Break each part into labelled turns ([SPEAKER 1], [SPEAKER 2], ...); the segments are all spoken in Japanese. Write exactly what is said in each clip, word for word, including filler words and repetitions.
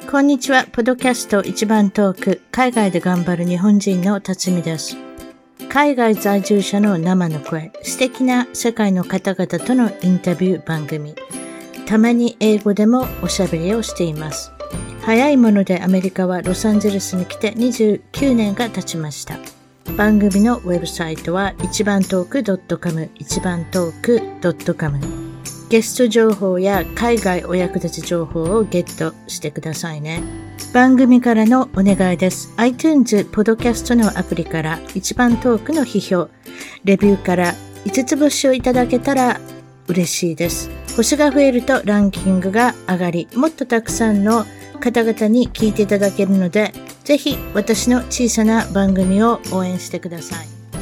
[SPEAKER 1] こんにちは。ポッドキャスト一番トーク、海外で頑張る日本人の辰巳です。海外在住者の生の声、素敵な世界の方々とのインタビュー番組。たまに英語でもおしゃべりをしています。早いものでアメリカはロサンゼルスに来てにじゅうきゅうねんが経ちました。番組のウェブサイトは一番トーク .com、一番トーク .com。ゲスト情報や海外お役立ち情報をゲットしてくださいね。番組からのお願いです。iTunes ポッドキャストのアプリから一番トークの批評、レビューからいつつ星をいただけたら嬉しいです。星が増えるとランキングが上がり、もっとたくさんの方々に聞いていただけるので、ぜひ私の小さな番組を応援してください。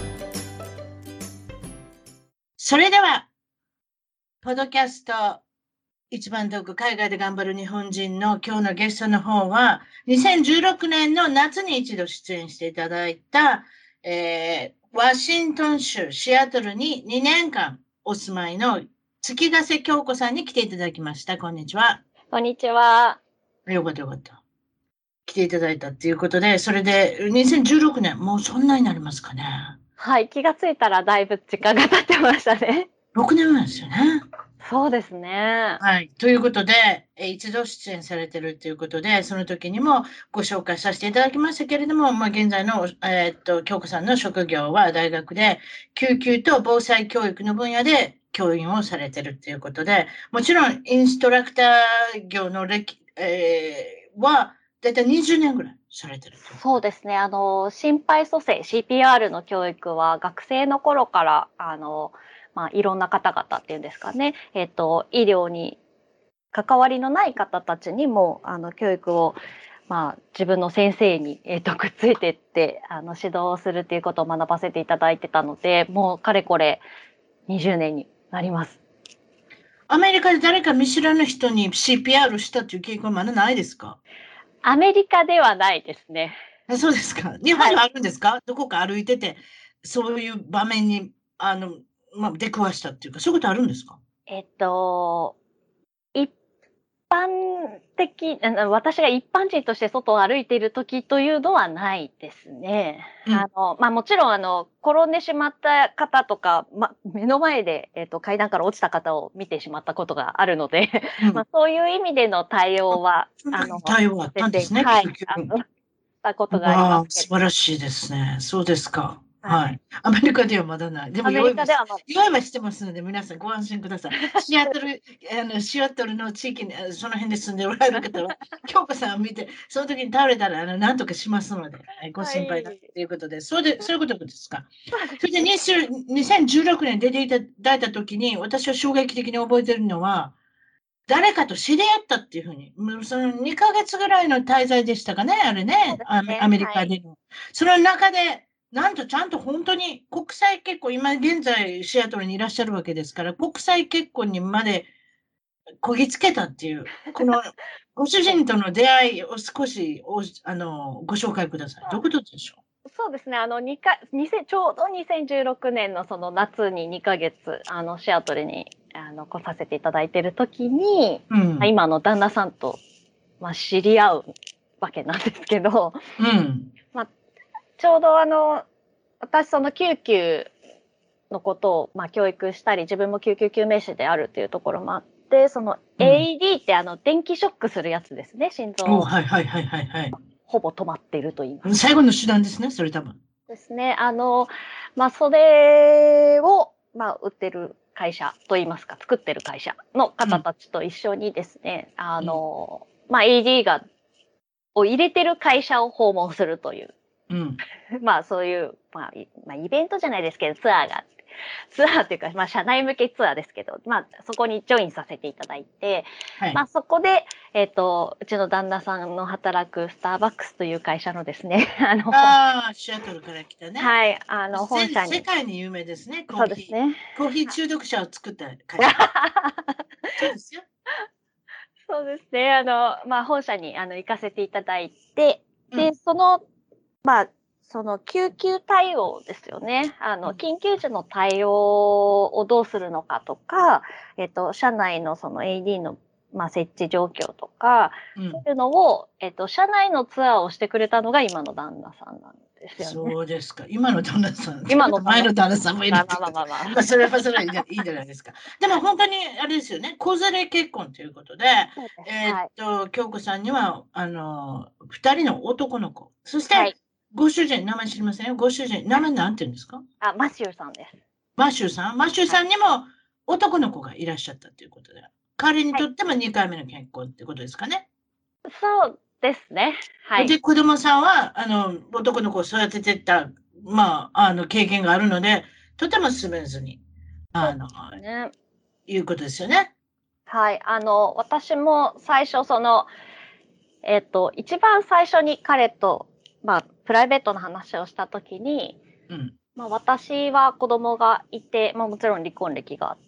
[SPEAKER 1] それではポッドキャスト一番トーク海外で頑張る日本人の今日のゲストの方はにせんじゅうろくねんの夏に一度出演していただいた、えー、ワシントン州シアトルににねんかんお住まいの月ヶ瀬京子さんに来ていただきました。こんにちは。
[SPEAKER 2] こんにちは。
[SPEAKER 1] よかったよかった。来ていただいたっていうことで、それでにせんじゅうろくねん、もうそんなになりますかね。
[SPEAKER 2] はい、気がついたらだいぶ時間が経ってましたね。
[SPEAKER 1] ろくねんまえですよね。
[SPEAKER 2] そうですね。
[SPEAKER 1] はい。ということで、え一度出演されてるということで、その時にもご紹介させていただきましたけれども、まあ、現在の、えーっと、京子さんの職業は大学で、救急と防災教育の分野で教員をされてるということで、もちろんインストラクター業の歴、えー、は、だいたいにじゅうねんぐらいされてる。
[SPEAKER 2] そうですね。あの、心肺蘇生、シーピーアール の教育は学生の頃から、あの、まあ、いろんな方々っていうんですかね、えっと、医療に関わりのない方たちにも、あの、教育を、まあ、自分の先生に、えっと、くっついていって、あの、指導するっていうことを学ばせていただいてたので、もうかれこれにじゅうねんになります。
[SPEAKER 1] アメリカで誰か見知らぬ人に シーピーアール したという経験はまだないですか？
[SPEAKER 2] アメリカではないですね。
[SPEAKER 1] あ、そうですか。日本にはあるんですか？はい、どこか歩いてて、そういう場面に、あの、まあ、出くわしたっていうか、そういうことあるんですか？
[SPEAKER 2] えっと、一般的、あの、私が一般人として外を歩いている時というのはないですね。うん、あの、まあ、もちろん、あの、転んでしまった方とか、ま、目の前で、えっと、階段から落ちた方を見てしまったことがあるので、うん、まあ、そういう意味での対応は、
[SPEAKER 1] あの、対応はあったんですね、
[SPEAKER 2] はい、
[SPEAKER 1] 救急。
[SPEAKER 2] したことがありますけど。
[SPEAKER 1] 素晴らしいですね。そうですか。はい。アメリカではまだない。でも、用意はしてますので、皆さんご安心ください。シアトル、あの、シアトルの地域に、その辺で住んでおられる方は、京子さんを見て、その時に倒れたら、あの、なんとかしますので、ご心配だということで、そうで、そういうことですか。それでにせんじゅうろくねん出ていただいた時に、私は衝撃的に覚えてるのは、誰かと知り合ったっていうふうに、そのにかげつぐらいの滞在でしたかね、あれね、ねアメリカでの、はい。その中で、なんとちゃんと本当に国際結婚、今現在シアトルにいらっしゃるわけですから、国際結婚にまでこぎつけたっていう、このご主人との出会いを少しおあのご紹介ください。どういうことでしょう？
[SPEAKER 2] そうですね。あの、にか、にせんちょうどにせんじゅうろくねんのその夏ににかげつ、あの、シアトルに、あの、来させていただいているときに、うん、今の旦那さんと、まあ、知り合うわけなんですけど、うん。まあ、ちょうどあの、私その救急のことを、まあ、教育したり、自分も救急救命士であるっていうところもあって、その エーイーディー ってあの、電気ショックするやつですね、心臓。
[SPEAKER 1] はいはいはいはいはい。
[SPEAKER 2] ほぼ止まっていると言います。
[SPEAKER 1] 最後の手段ですね、それ多分。
[SPEAKER 2] ですね。あの、まあ、それを、まあ、売ってる会社と言いますか、作ってる会社の方たちと一緒にですね、うん、あの、まあ、エーディー が、を入れてる会社を訪問するという。うん、まあ、そういう、まあ、まあ、イベントじゃないですけど、ツアーがあって。ツアーっていうか、まあ、社内向けツアーですけど、まあ、そこにジョインさせていただいて、はい、まあ、そこで、えっと、うちの旦那さんの働くスターバックスという会社のですね、あの、
[SPEAKER 1] ああ、シアトルから来たね。
[SPEAKER 2] はい、あの、本社に。
[SPEAKER 1] 世界に有名ですね、
[SPEAKER 2] コーヒー。そうですね。
[SPEAKER 1] コーヒー中毒者を作った会社。そうですよ。
[SPEAKER 2] そうですね。あの、まあ、本社に、あの、行かせていただいて、で、うん、その、まあ、その救急対応ですよね。あの、緊急時の対応をどうするのかとか、えっと、社内のその エーディー のまあ、設置状況とか、
[SPEAKER 1] うん、
[SPEAKER 2] そういうのを、えっと、社内のツアーをしてくれたのが今の旦那さんなんですよね。
[SPEAKER 1] そうですか。今の旦那さん、
[SPEAKER 2] 今の旦那さん
[SPEAKER 1] 前の旦那さんもいる
[SPEAKER 2] まあ
[SPEAKER 1] ってこと。
[SPEAKER 2] まあまあまあまあ。
[SPEAKER 1] まあ、それはそれはいいじゃいいじゃないですか。でも本当にあれですよね。子連れ結婚ということで、
[SPEAKER 2] そうです。
[SPEAKER 1] えーっ
[SPEAKER 2] はい。
[SPEAKER 1] と、京子さんには、あの、二人の男の子。そして、
[SPEAKER 2] はい。
[SPEAKER 1] ご主人、名前知りませんよ。ご主人、名前なんて言うんですか？
[SPEAKER 2] あ、マシューさんです。
[SPEAKER 1] マッシュさんマッシュ
[SPEAKER 2] はい。
[SPEAKER 1] さんにも男の子がいらっしゃったということで、彼に
[SPEAKER 2] はい。
[SPEAKER 1] とってもにかいめの結婚ってことですかね。
[SPEAKER 2] そうですね。はい。
[SPEAKER 1] で、子供さんは、あの、男の子を育ててった、まあ、あの、経験があるので、とてもスムーズに、
[SPEAKER 2] そう
[SPEAKER 1] あの、
[SPEAKER 2] ですね。
[SPEAKER 1] いうことですよね。
[SPEAKER 2] はい。あの、私も最初、その、えっと、一番最初に彼と、まあ、プライベートの話をしたときに、
[SPEAKER 1] うん。
[SPEAKER 2] まあ、私は子供がいて、まあ、もちろん離婚歴があって、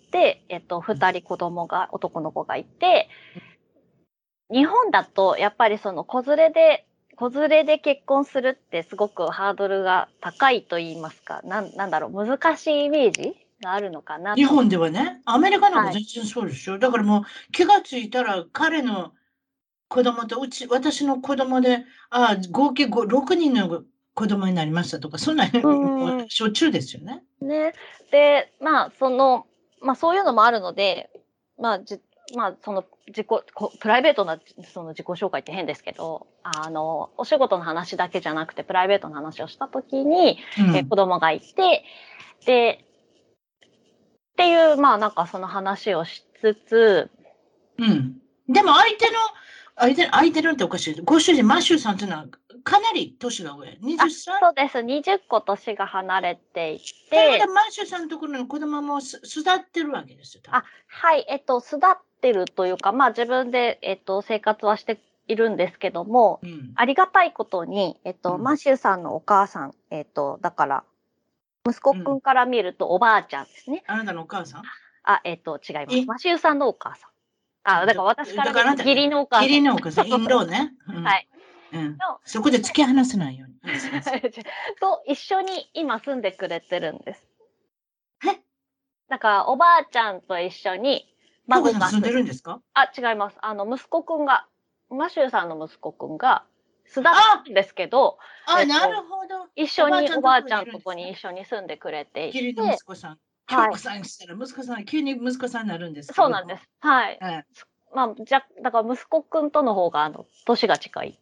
[SPEAKER 2] えっと、二人子供が、男の子がいて、日本だと、やっぱりその子連れで、子連れで結婚するってすごくハードルが高いと言いますか、なん、なんだろう、難しいイメージがあるのかなと。
[SPEAKER 1] 日本ではね、アメリカなんか
[SPEAKER 2] はい。
[SPEAKER 1] 全然そうですよ。だからもう気がついたら彼の子供とうち、私の子供で、ああ、合計ごろくにんの子供になりましたとか、そんな
[SPEAKER 2] う
[SPEAKER 1] もう
[SPEAKER 2] ーん。
[SPEAKER 1] しょっちゅうですよね。
[SPEAKER 2] ね。で、まあ、その、まあそういうのもあるので、まあ、じ、まあ、その、自己、こプライベートな、その自己紹介って変ですけど、あの、お仕事の話だけじゃなくて、プライベートの話をしたときに、え、
[SPEAKER 1] うん。
[SPEAKER 2] 子供がいて、で、っていう、まあなんかその話をしつつ、
[SPEAKER 1] うん。でも相手の、相手、相手のっておかしい。ご主人、マッシューさんっていうのはかなり年が上。
[SPEAKER 2] あ、
[SPEAKER 1] はたち
[SPEAKER 2] そうです。にじゅっこ年が離れてい
[SPEAKER 1] ということは、
[SPEAKER 2] て、
[SPEAKER 1] マッシューさんのところの子供もす育ってるわけですよ、多分。
[SPEAKER 2] あ、はい、えっと、巣立ってるというか、まあ自分で、えっと、生活はしているんですけども、
[SPEAKER 1] うん。
[SPEAKER 2] ありがたいことに、えっと、マ
[SPEAKER 1] うん。
[SPEAKER 2] シューさんのお母さん、えっと、だから、息子
[SPEAKER 1] うん。
[SPEAKER 2] くんから見るとおばあちゃんですね。
[SPEAKER 1] あなたのお母さん
[SPEAKER 2] あ、えっと、違います。
[SPEAKER 1] え
[SPEAKER 2] マシューさんのお母さん。あ、だ
[SPEAKER 1] じゃ、
[SPEAKER 2] から私から見ると
[SPEAKER 1] だからあなた、
[SPEAKER 2] 義理のお母
[SPEAKER 1] 義
[SPEAKER 2] さん。
[SPEAKER 1] 理のお母さん、インローね。うん。
[SPEAKER 2] はい。
[SPEAKER 1] うん。
[SPEAKER 2] の、
[SPEAKER 1] そこで突き放さないように。はい、すいません。
[SPEAKER 2] と一緒に今住んでくれてるんです。
[SPEAKER 1] え
[SPEAKER 2] だから、おばあちゃんと一緒に
[SPEAKER 1] 京子さん住ん
[SPEAKER 2] 孫がす、
[SPEAKER 1] でるんですか？
[SPEAKER 2] あ、違います。あの、息子くんが、マシューさんの息子くんが、巣立っ
[SPEAKER 1] あ
[SPEAKER 2] たんですけど、え
[SPEAKER 1] あ、なる
[SPEAKER 2] っと、
[SPEAKER 1] ほど。
[SPEAKER 2] 一緒
[SPEAKER 1] おばあ
[SPEAKER 2] におばあ
[SPEAKER 1] ちゃんとこに
[SPEAKER 2] ちゃんとこ
[SPEAKER 1] いるんですね。
[SPEAKER 2] に一緒に住んでくれてい
[SPEAKER 1] 義理の息
[SPEAKER 2] て、
[SPEAKER 1] 子さん。京
[SPEAKER 2] はい。
[SPEAKER 1] 子さんしたら、息子さん、急に息子さんになるんですけれども。
[SPEAKER 2] そうなんです。はい。
[SPEAKER 1] はい。
[SPEAKER 2] まあ、じゃ、だから息子くんとの方が、あの、年が近い。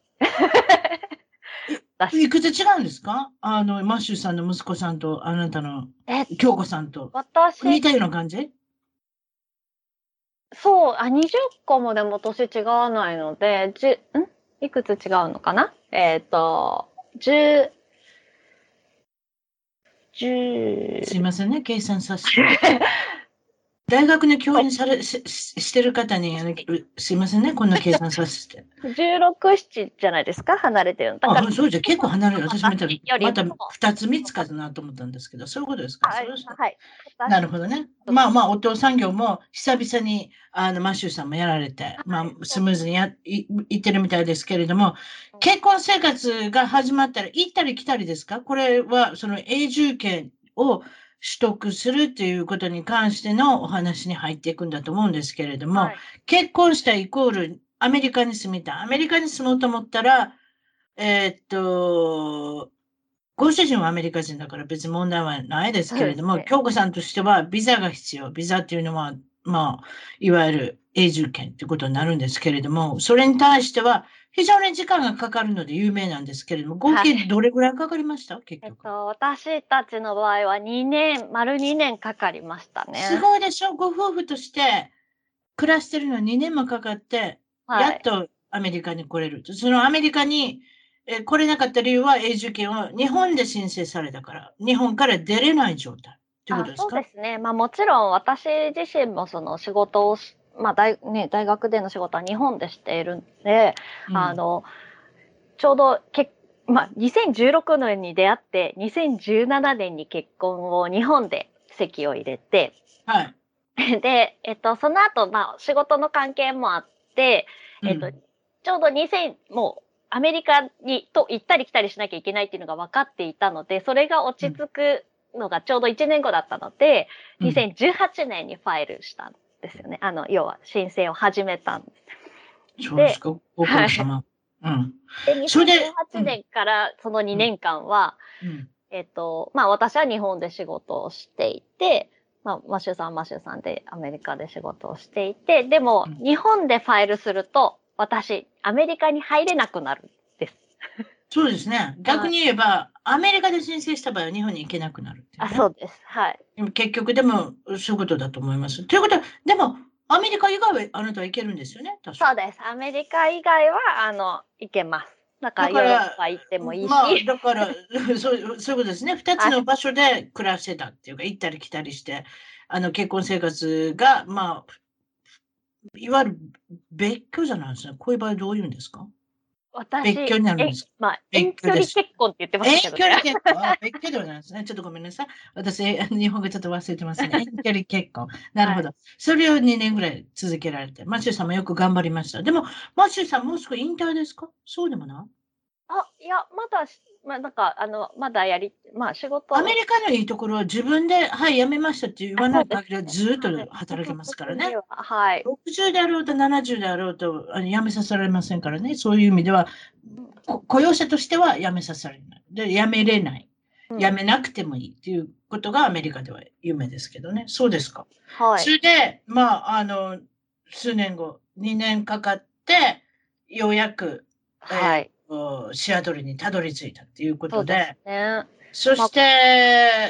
[SPEAKER 2] だ
[SPEAKER 1] え、い
[SPEAKER 2] し。
[SPEAKER 1] くつ違うんですか？あの、マッシュさんの息子さんと、あなたの、
[SPEAKER 2] えっと、
[SPEAKER 1] 京子さんと。似
[SPEAKER 2] 私、
[SPEAKER 1] たような感じ？
[SPEAKER 2] そう、あ、にじゅっこもでも年違わないので、じゅ、んいくつ違うのかなえっと、じゅう、じゅう、
[SPEAKER 1] すいませんね、計算させて。大学の教員され、し、ししてる方に、あの、うすいませんね、こんな計算させて。
[SPEAKER 2] じゅうろく、ななじゃないですか離れてるの。だから、
[SPEAKER 1] あ、そうじゃ、結構離れる。私見たら、
[SPEAKER 2] 私よりも、
[SPEAKER 1] またふたつみっつかなと思ったんですけど、そういうことですか？
[SPEAKER 2] はい、
[SPEAKER 1] そうした。
[SPEAKER 2] はい。私、
[SPEAKER 1] なるほどね。まあまあ、お父さん業も久々に、あの、マッシュさんもやられて、まあ、
[SPEAKER 2] はい、そう
[SPEAKER 1] スムーズにや、い、いってるみたいですけれども、
[SPEAKER 2] うん
[SPEAKER 1] 結婚生活が始まったら行ったり来たりですか？これは、その永住権を取得するっていうことに関してのお話に入っていくんだと思うんですけれども、
[SPEAKER 2] はい。
[SPEAKER 1] 結婚したイコールアメリカに住みたい。アメリカに住もうと思ったら、えーっと、ご主人はアメリカ人だから別に問題はないです
[SPEAKER 2] そう
[SPEAKER 1] けれども、
[SPEAKER 2] ですね。
[SPEAKER 1] 京子さんとしてはビザが必要。ビザっていうのは、まあ、いわゆる永住権ということになるんですけれども、それに対しては非常に時間がかかるので有名なんですけれども、合計
[SPEAKER 2] はい。
[SPEAKER 1] どれぐらいかかりました結局？
[SPEAKER 2] えっと、私たちの場合はにねん、丸にねんかかりました
[SPEAKER 1] す
[SPEAKER 2] ね。
[SPEAKER 1] ごいでしょ？ご夫婦として暮らしてるのににねんもかかって、や
[SPEAKER 2] はい。
[SPEAKER 1] っとアメリカに来れると。そのアメリカにえ来れなかった理由は永住権を日本で申請されたから、日本から出れない状態というこ
[SPEAKER 2] あ、そうで
[SPEAKER 1] とですか？
[SPEAKER 2] すね。まあもちろん私自身もその仕事をし、まあ大、ね、大学での仕事は日本でしているんで、
[SPEAKER 1] うん。
[SPEAKER 2] あの、ちょうどけ、まあにせんじゅうろくねんに出会ってにせんじゅうななねんに結婚を日本で籍を入れて、
[SPEAKER 1] はい。
[SPEAKER 2] で、えっと、その後、まあ仕事の関係もあって、えっと、
[SPEAKER 1] うん。
[SPEAKER 2] ちょうどにせん、もうアメリカにと行ったり来たりしなきゃいけないっていうのが分かっていたので、それが落ち
[SPEAKER 1] うん。
[SPEAKER 2] 着くのがちょうどいちねんごだったので、
[SPEAKER 1] うん。
[SPEAKER 2] にせんじゅうはちねんにファイルしたですよね。あの、要は申請を始めたんです。
[SPEAKER 3] そうですか、ご苦労様。はい、うん。
[SPEAKER 2] で、にせんじゅうはちねんからそのにねんかんは、うんうん、えっと、まあ私は日本で仕事をしていて、まあマシューさんはマシューさんでアメリカで仕事をしていて、でも日本でファイルすると私、アメリカに入れなくなるんです。
[SPEAKER 3] そうですね。逆に言えば、アメリカで申請した場合は日本に行けなくなるっていう、ね。
[SPEAKER 2] あ、そうです。はい。
[SPEAKER 3] でも結局でもそういうことだと思います。ということは、でもアメリカ以外はあなたは行けるんですよね。
[SPEAKER 2] 確かそうです。アメリカ以外はあの行けます。だからヨーロッパ行ってもいいし。
[SPEAKER 3] まあだからそうそういうことですね。二つの場所で暮らしてたっていうか、行ったり来たりして、あの結婚生活がまあいわゆる別居じゃないですね。こういう場合どういうんですか？
[SPEAKER 2] 私、
[SPEAKER 3] 別居になるんですか？
[SPEAKER 2] まあ、遠距離結婚って言ってましたけどね。
[SPEAKER 3] 遠距離結婚。あ、別居ではないですね。ちょっとごめんなさい。私、日本語ちょっと忘れてますね。遠距離結婚。なるほど。はい、それをにねんぐらい続けられて、マシューさんもよく頑張りました。でも、マシューさんもうすぐ引退ですか？そうでもない？
[SPEAKER 2] あ、いや、まだ、まあ、なんか、あの、まだやり、まあ、仕事
[SPEAKER 3] アメリカのいいところは自分で、はい、辞めましたって言わない限りはずっと働けますからね。
[SPEAKER 2] はい。
[SPEAKER 3] ろくじゅうであろうとななじゅうであろうと辞めさせられませんからね。そういう意味では、雇用者としては辞めさせられない。で、辞めれない。辞めなくてもいいっていうことがアメリカでは夢ですけどね。そうですか。はい。それで、まあ、あの、数年後、にねんかかって、ようやく、はい、えー、シアトルにたどり着いたっていうことで、そうですね。そして、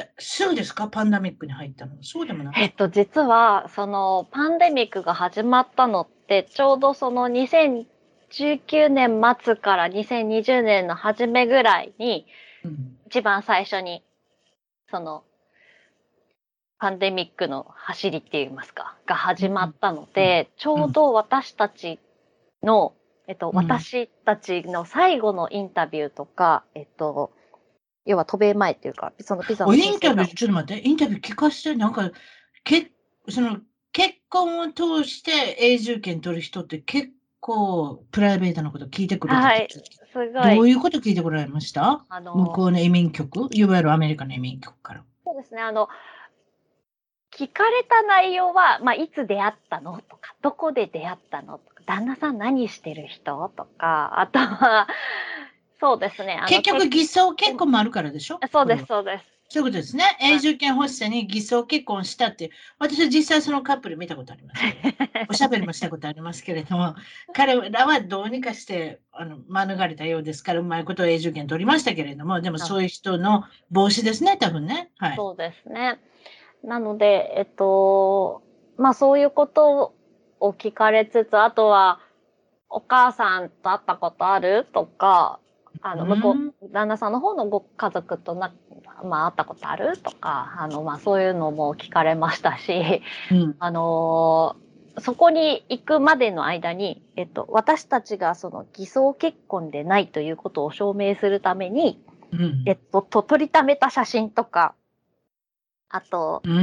[SPEAKER 3] ま、すぐですか、パンデミックに入ったの？そうでもない？
[SPEAKER 2] えっと、実は、その、パンデミックが始まったのって、ちょうどそのにせんじゅうきゅうねん末からにせんにじゅうねんの初めぐらいに、うん、一番最初に、その、パンデミックの走りって言いますか、が始まったので、うん、ちょうど私たちの、えっと、うん、私たちの最後のインタビューとか、えっと、要は渡米前っていうか、そのピザの
[SPEAKER 3] インタビュー、ちょっと待って、インタビュー聞かせて、なんか、けその結婚を通して永住権取る人って結構プライベートなこと聞いてくるって、はい、すごい。どういうこと聞いてこられました？あの向こうの移民局、いわゆるアメリカの移民局から。
[SPEAKER 2] そうですね、あの、聞かれた内容は、まあ、いつ出会ったのとか、どこで出会ったのとか、旦那さん何してる人とか、あとは、そうですね。
[SPEAKER 3] 結局、偽装結婚もあるからでしょ？
[SPEAKER 2] そうです、そうです。
[SPEAKER 3] そういうことですね。永住権欲しさに偽装結婚したっていう、私は実際そのカップル見たことありますけど、おしゃべりもしたことありますけれども、彼らはどうにかしてあの免れたようですから、うまいこと永住権取りましたけれども、でもそういう人の防止ですね、多分ね。はい。
[SPEAKER 2] そうですね。なので、えっと、まあそういうことを聞かれつつ、あとは、お母さんと会ったことあるとか、あの、向こう、旦那さんの方のご家族とな、まあ会ったことあるとか、あの、まあそういうのも聞かれましたし、うん、あの、そこに行くまでの間に、えっと、私たちがその偽装結婚でないということを証明するために、うん、えっと、と、撮りためた写真とか、あと、うん、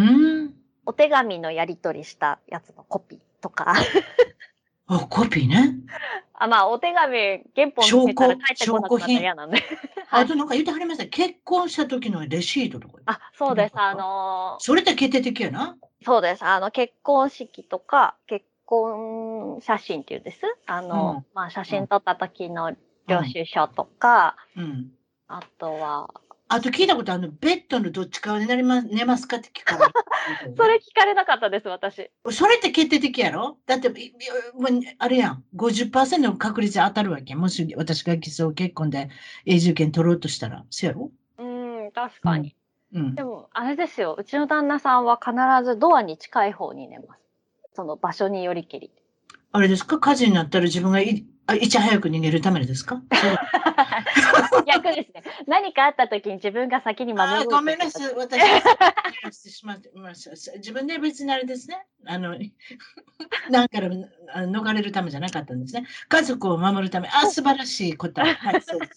[SPEAKER 2] お手紙のやり取りしたやつのコピーとか。
[SPEAKER 3] あ、コピーね。
[SPEAKER 2] あ、まあ、お手紙、原本つけたら帰ってこなくなったら嫌なんで。
[SPEAKER 3] あとなんか言ってはりました。結婚した時のレシートとか。
[SPEAKER 2] あ、そうです。あの
[SPEAKER 3] ー、それって決定的やな。
[SPEAKER 2] そうです。あの、結婚式とか、結婚写真っていうんです。あの、うん、まあ、写真撮った時の領収書とか、うんうん、あとは、
[SPEAKER 3] あと聞いたことあるの、ベッドのどっち側になりま寝ますかって聞かれる。
[SPEAKER 2] それ聞かれなかったです、私。
[SPEAKER 3] それって決定的やろ？だって、あれやん、ごじゅっパーセントの確率で当たるわけ。もし私が偽装結婚で永住権取ろうとしたら、そうやろ？
[SPEAKER 2] うん、確かに。うん、でも、あれですよ、うちの旦那さんは必ずドアに近い方に寝ます。その場所によりきり。
[SPEAKER 3] あれですか？火事になったら自分がいあいち早く逃げるためですか？
[SPEAKER 2] 逆ですね。何かあった時に自分が先に守ろうと。
[SPEAKER 3] ごめんなさい。私はしてしまってました。自分で別にあれですね。あの、なんから逃れるためじゃなかったんですね。家族を守るため。あ、素晴らしい答え。はい、そうです。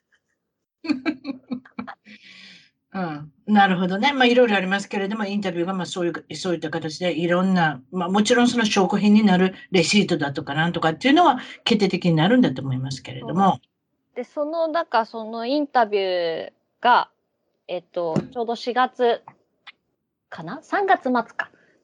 [SPEAKER 3] うん、なるほどね。まあ、いろいろありますけれども、インタビューがまあそういう、そういった形でいろんな、まあ、もちろんその証拠品になるレシートだとかなんとかっていうのは決定的になるんだと思いますけれども。
[SPEAKER 2] で、その、なんかそのインタビューが、えっと、ちょうどしがつかな ?さんがつ末か。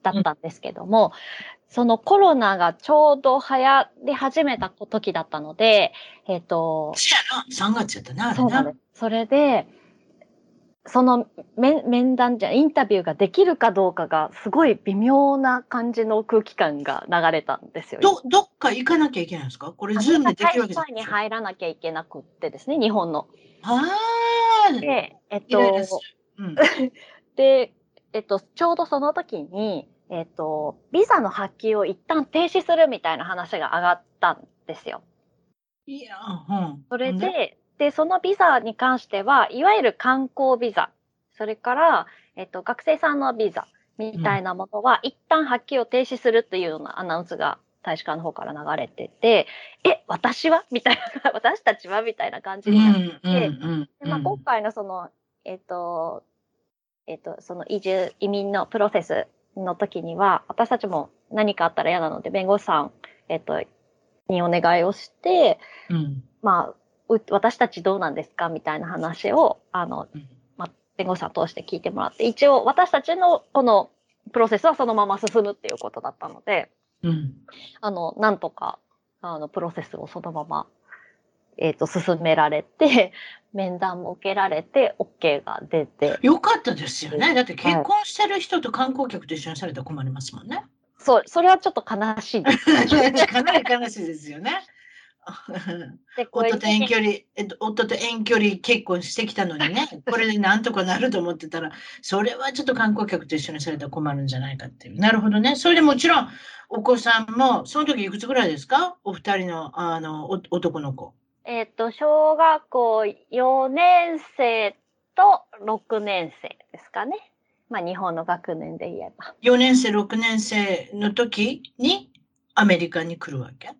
[SPEAKER 2] だったんですけども、そのコロナがちょうど流行り始めた時だったので、えっと、
[SPEAKER 3] そうやな、さんがつやったな、あれな。
[SPEAKER 2] そうなんです。それで、その面面談じゃインタビューができるかどうかがすごい微妙な感じの空気感が流れたんですよ。
[SPEAKER 3] ど、どっか行かなきゃいけないんですか？これ、ズームでできるわけじゃない
[SPEAKER 2] 大使館に入らなきゃいけなくってですね、日本の。
[SPEAKER 3] ああ、
[SPEAKER 2] で、えっ
[SPEAKER 3] イライラす
[SPEAKER 2] と、
[SPEAKER 3] る。うん。
[SPEAKER 2] で、えっと、ちょうどその時に、えっと、ビザの発給を一旦停止するみたいな話が上がったんですよ。
[SPEAKER 3] いや、うん。
[SPEAKER 2] それ
[SPEAKER 3] ほんで、
[SPEAKER 2] で、で、そのビザに関しては、いわゆる観光ビザ、それから、えっと、学生さんのビザみたいなものは、一旦発給を停止するというようなアナウンスが大使館の方から流れてて、え、私はみたいな、私たちはみたいな感じ
[SPEAKER 3] うん、
[SPEAKER 2] になっ
[SPEAKER 3] うん、
[SPEAKER 2] て、
[SPEAKER 3] うん
[SPEAKER 2] で、まあ、今
[SPEAKER 3] うん。
[SPEAKER 2] 回のその、えっと、えっと、その移住、移民のプロセスの時には、私たちも何かあったら嫌なので、弁護士さん、えっと、にお願いをして、
[SPEAKER 3] うん、
[SPEAKER 2] まあ、う私たちどうなんですかみたいな話を、あの、
[SPEAKER 3] うん。
[SPEAKER 2] まあ、弁護士さん通して聞いてもらって、一応私たちのこのプロセスはそのまま進むっていうことだったので、
[SPEAKER 3] うん。
[SPEAKER 2] あの、なんとか、あの、プロセスをそのまま、えっと、進められて、面談も受けられて、OK が出て。
[SPEAKER 3] よかったですよね。だって結
[SPEAKER 2] はい。
[SPEAKER 3] 婚してる人と観光客と一緒にされたら困りますもんね。
[SPEAKER 2] そう、それはちょっと悲しいです。
[SPEAKER 3] かなり悲しいですよね。
[SPEAKER 2] で、これ
[SPEAKER 3] 夫と遠
[SPEAKER 2] に、
[SPEAKER 3] 距離、えっと、夫と遠距離結婚してきたのにね、これでなんとかなると思ってたら、それはちょっと観光客と一緒にされたら困るんじゃないかっていう。なるほどね。それでもちろん、お子さんも、その時いくつぐらいですか？お二人の、あの、お男の子。
[SPEAKER 2] えっと、小学校よねん生とろくねん生ですかね。まあ、日本の学年で言えば。
[SPEAKER 3] よねん生、ろくねん生の時にアメリカに来るわけ？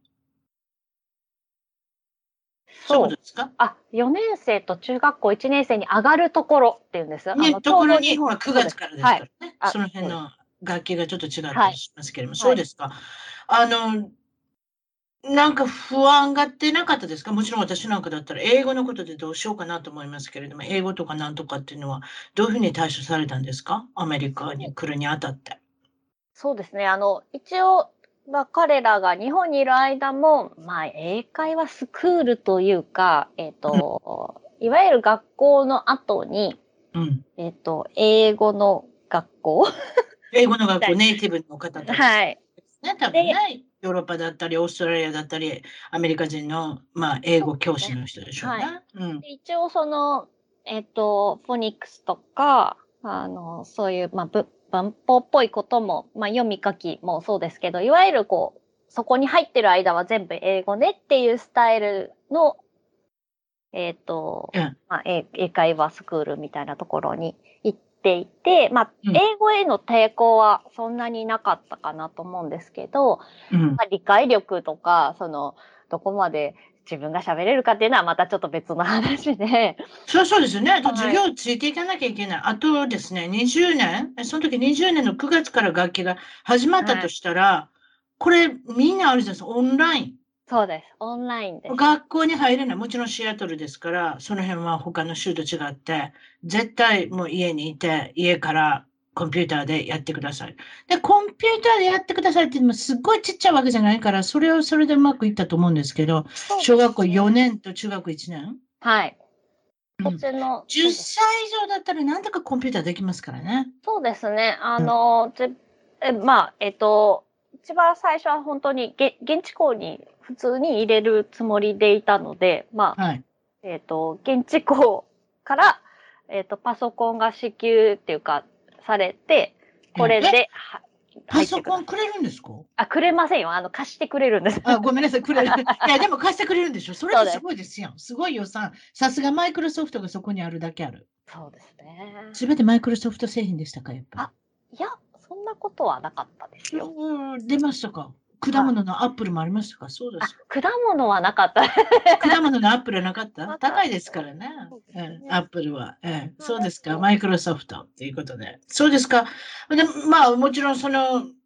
[SPEAKER 3] そういうこ
[SPEAKER 2] そう。
[SPEAKER 3] とですか？
[SPEAKER 2] あ、よねん生と中学校いちねん生に上がるところっていうんです。あ
[SPEAKER 3] ね、
[SPEAKER 2] の、ちょう
[SPEAKER 3] ところに、
[SPEAKER 2] ど日本、
[SPEAKER 3] ほら、9
[SPEAKER 2] そうです。
[SPEAKER 3] 月からです
[SPEAKER 2] はい。
[SPEAKER 3] からね。
[SPEAKER 2] あ、
[SPEAKER 3] その辺
[SPEAKER 2] そうです。
[SPEAKER 3] の楽器がちょっと違った
[SPEAKER 2] はい。
[SPEAKER 3] りしますけれども、そ
[SPEAKER 2] はい。
[SPEAKER 3] うですか。あの、なんか不安がってなかったですか？もちろん私なんかだったら英語のことでどうしようかなと思いますけれども、英語とかなんとかっていうのはどういうふうに対処されたんですか？アメリカに来るにあたって。
[SPEAKER 2] そうですね。あの、一応、まあ、彼らが日本にいる間も、まあ、英会話スクールというか、えっと、いわゆる学校の後に、
[SPEAKER 3] うん。
[SPEAKER 2] えっと、英語の学校
[SPEAKER 3] 英語の学校、
[SPEAKER 2] みたい
[SPEAKER 3] ネイティブの方
[SPEAKER 2] な。
[SPEAKER 3] たち
[SPEAKER 2] はい。
[SPEAKER 3] ですね、多分
[SPEAKER 2] で、
[SPEAKER 3] ね。ヨーロッパだったり、オーストラリアだったり、アメリカ人の、まあ、英語教師
[SPEAKER 2] ね、
[SPEAKER 3] の人でしょう
[SPEAKER 2] はい。
[SPEAKER 3] ね。うん。
[SPEAKER 2] で一応その、えっと、フォニックスとか、あの、そういう、まあ、ぶ文法っぽいことも、まあ、読み書きもそうですけど、いわゆるこう、そこに入ってる間は全部英語ねっていうスタイルの、えっと、
[SPEAKER 3] うん。
[SPEAKER 2] まあ、英英会話スクールみたいなところに行っていて、まあ、
[SPEAKER 3] うん。
[SPEAKER 2] 英語への抵抗はそんなになかったかなと思うんですけど、
[SPEAKER 3] うん。
[SPEAKER 2] まあ、理解力とか、その、どこまで自分が喋れるかっていうのはまたちょっと別の話で。
[SPEAKER 3] そうそうですよね。あと授
[SPEAKER 2] はい。
[SPEAKER 3] 業ついていかなきゃいけない。あとですね、にじゅうねん、その時にじゅうねんのくがつから学期が始まったと
[SPEAKER 2] はい。
[SPEAKER 3] したら、これみんなあるじゃないですか、オンライン。
[SPEAKER 2] そうです。オンラインです。
[SPEAKER 3] 学校に入れない。もちろんシアトルですから、その辺は他の州と違って、絶対もう家にいて、家からコンピューターでやってください。で、コンピューターでやってくださいって言ってもすっごいちっちゃいわけじゃないから、それをそれでうまくいったと思うんですけど、
[SPEAKER 2] そうです
[SPEAKER 3] 小学校
[SPEAKER 2] ね。
[SPEAKER 3] よねんと中学いちねん。
[SPEAKER 2] はい。こっ
[SPEAKER 3] うん。
[SPEAKER 2] ちの、
[SPEAKER 3] 10
[SPEAKER 2] そうです。
[SPEAKER 3] 歳以上だったらなんとかコンピューターできますからね。
[SPEAKER 2] そうですね。あ
[SPEAKER 3] うん。
[SPEAKER 2] の、じえまあ、えっと、一番最初は本当にげ現地校に普通に入れるつもりでいたので、まあ、
[SPEAKER 3] はい。
[SPEAKER 2] えっと、現地校から、えっと、パソコンが支給っていうか、されて、これ
[SPEAKER 3] ええ、
[SPEAKER 2] で、は
[SPEAKER 3] パ
[SPEAKER 2] 入ってください。
[SPEAKER 3] ソコンくれるんですか？
[SPEAKER 2] あ、くれませんよ。あの、貸してくれるんです。
[SPEAKER 3] あ、ごめんなさい、くれる。いや、でも貸してくれるんでしょ。それってす
[SPEAKER 2] そうです。
[SPEAKER 3] ごいですよ。すごい予算。さすがマイクロソフトがそこにあるだけある。
[SPEAKER 2] そうですね。
[SPEAKER 3] すべてマイクロソフト製品でしたか、やっぱり。
[SPEAKER 2] あ、いや、そんなことはなかったですよ。
[SPEAKER 3] うーん、出ましたか。果
[SPEAKER 2] はい。
[SPEAKER 3] 物のアップルもありましたか。そうで
[SPEAKER 2] あ、
[SPEAKER 3] すか。
[SPEAKER 2] 果物はなかった。
[SPEAKER 3] 果物のアップルなかった
[SPEAKER 2] なかった。
[SPEAKER 3] 高いですからね。
[SPEAKER 2] そうで
[SPEAKER 3] うん、ア
[SPEAKER 2] すね。
[SPEAKER 3] ップルは。ええ、
[SPEAKER 2] まあ、
[SPEAKER 3] そうですか。
[SPEAKER 2] でも、
[SPEAKER 3] マイクロソフトっていうことで。そうですか。で、まあ、もちろんその、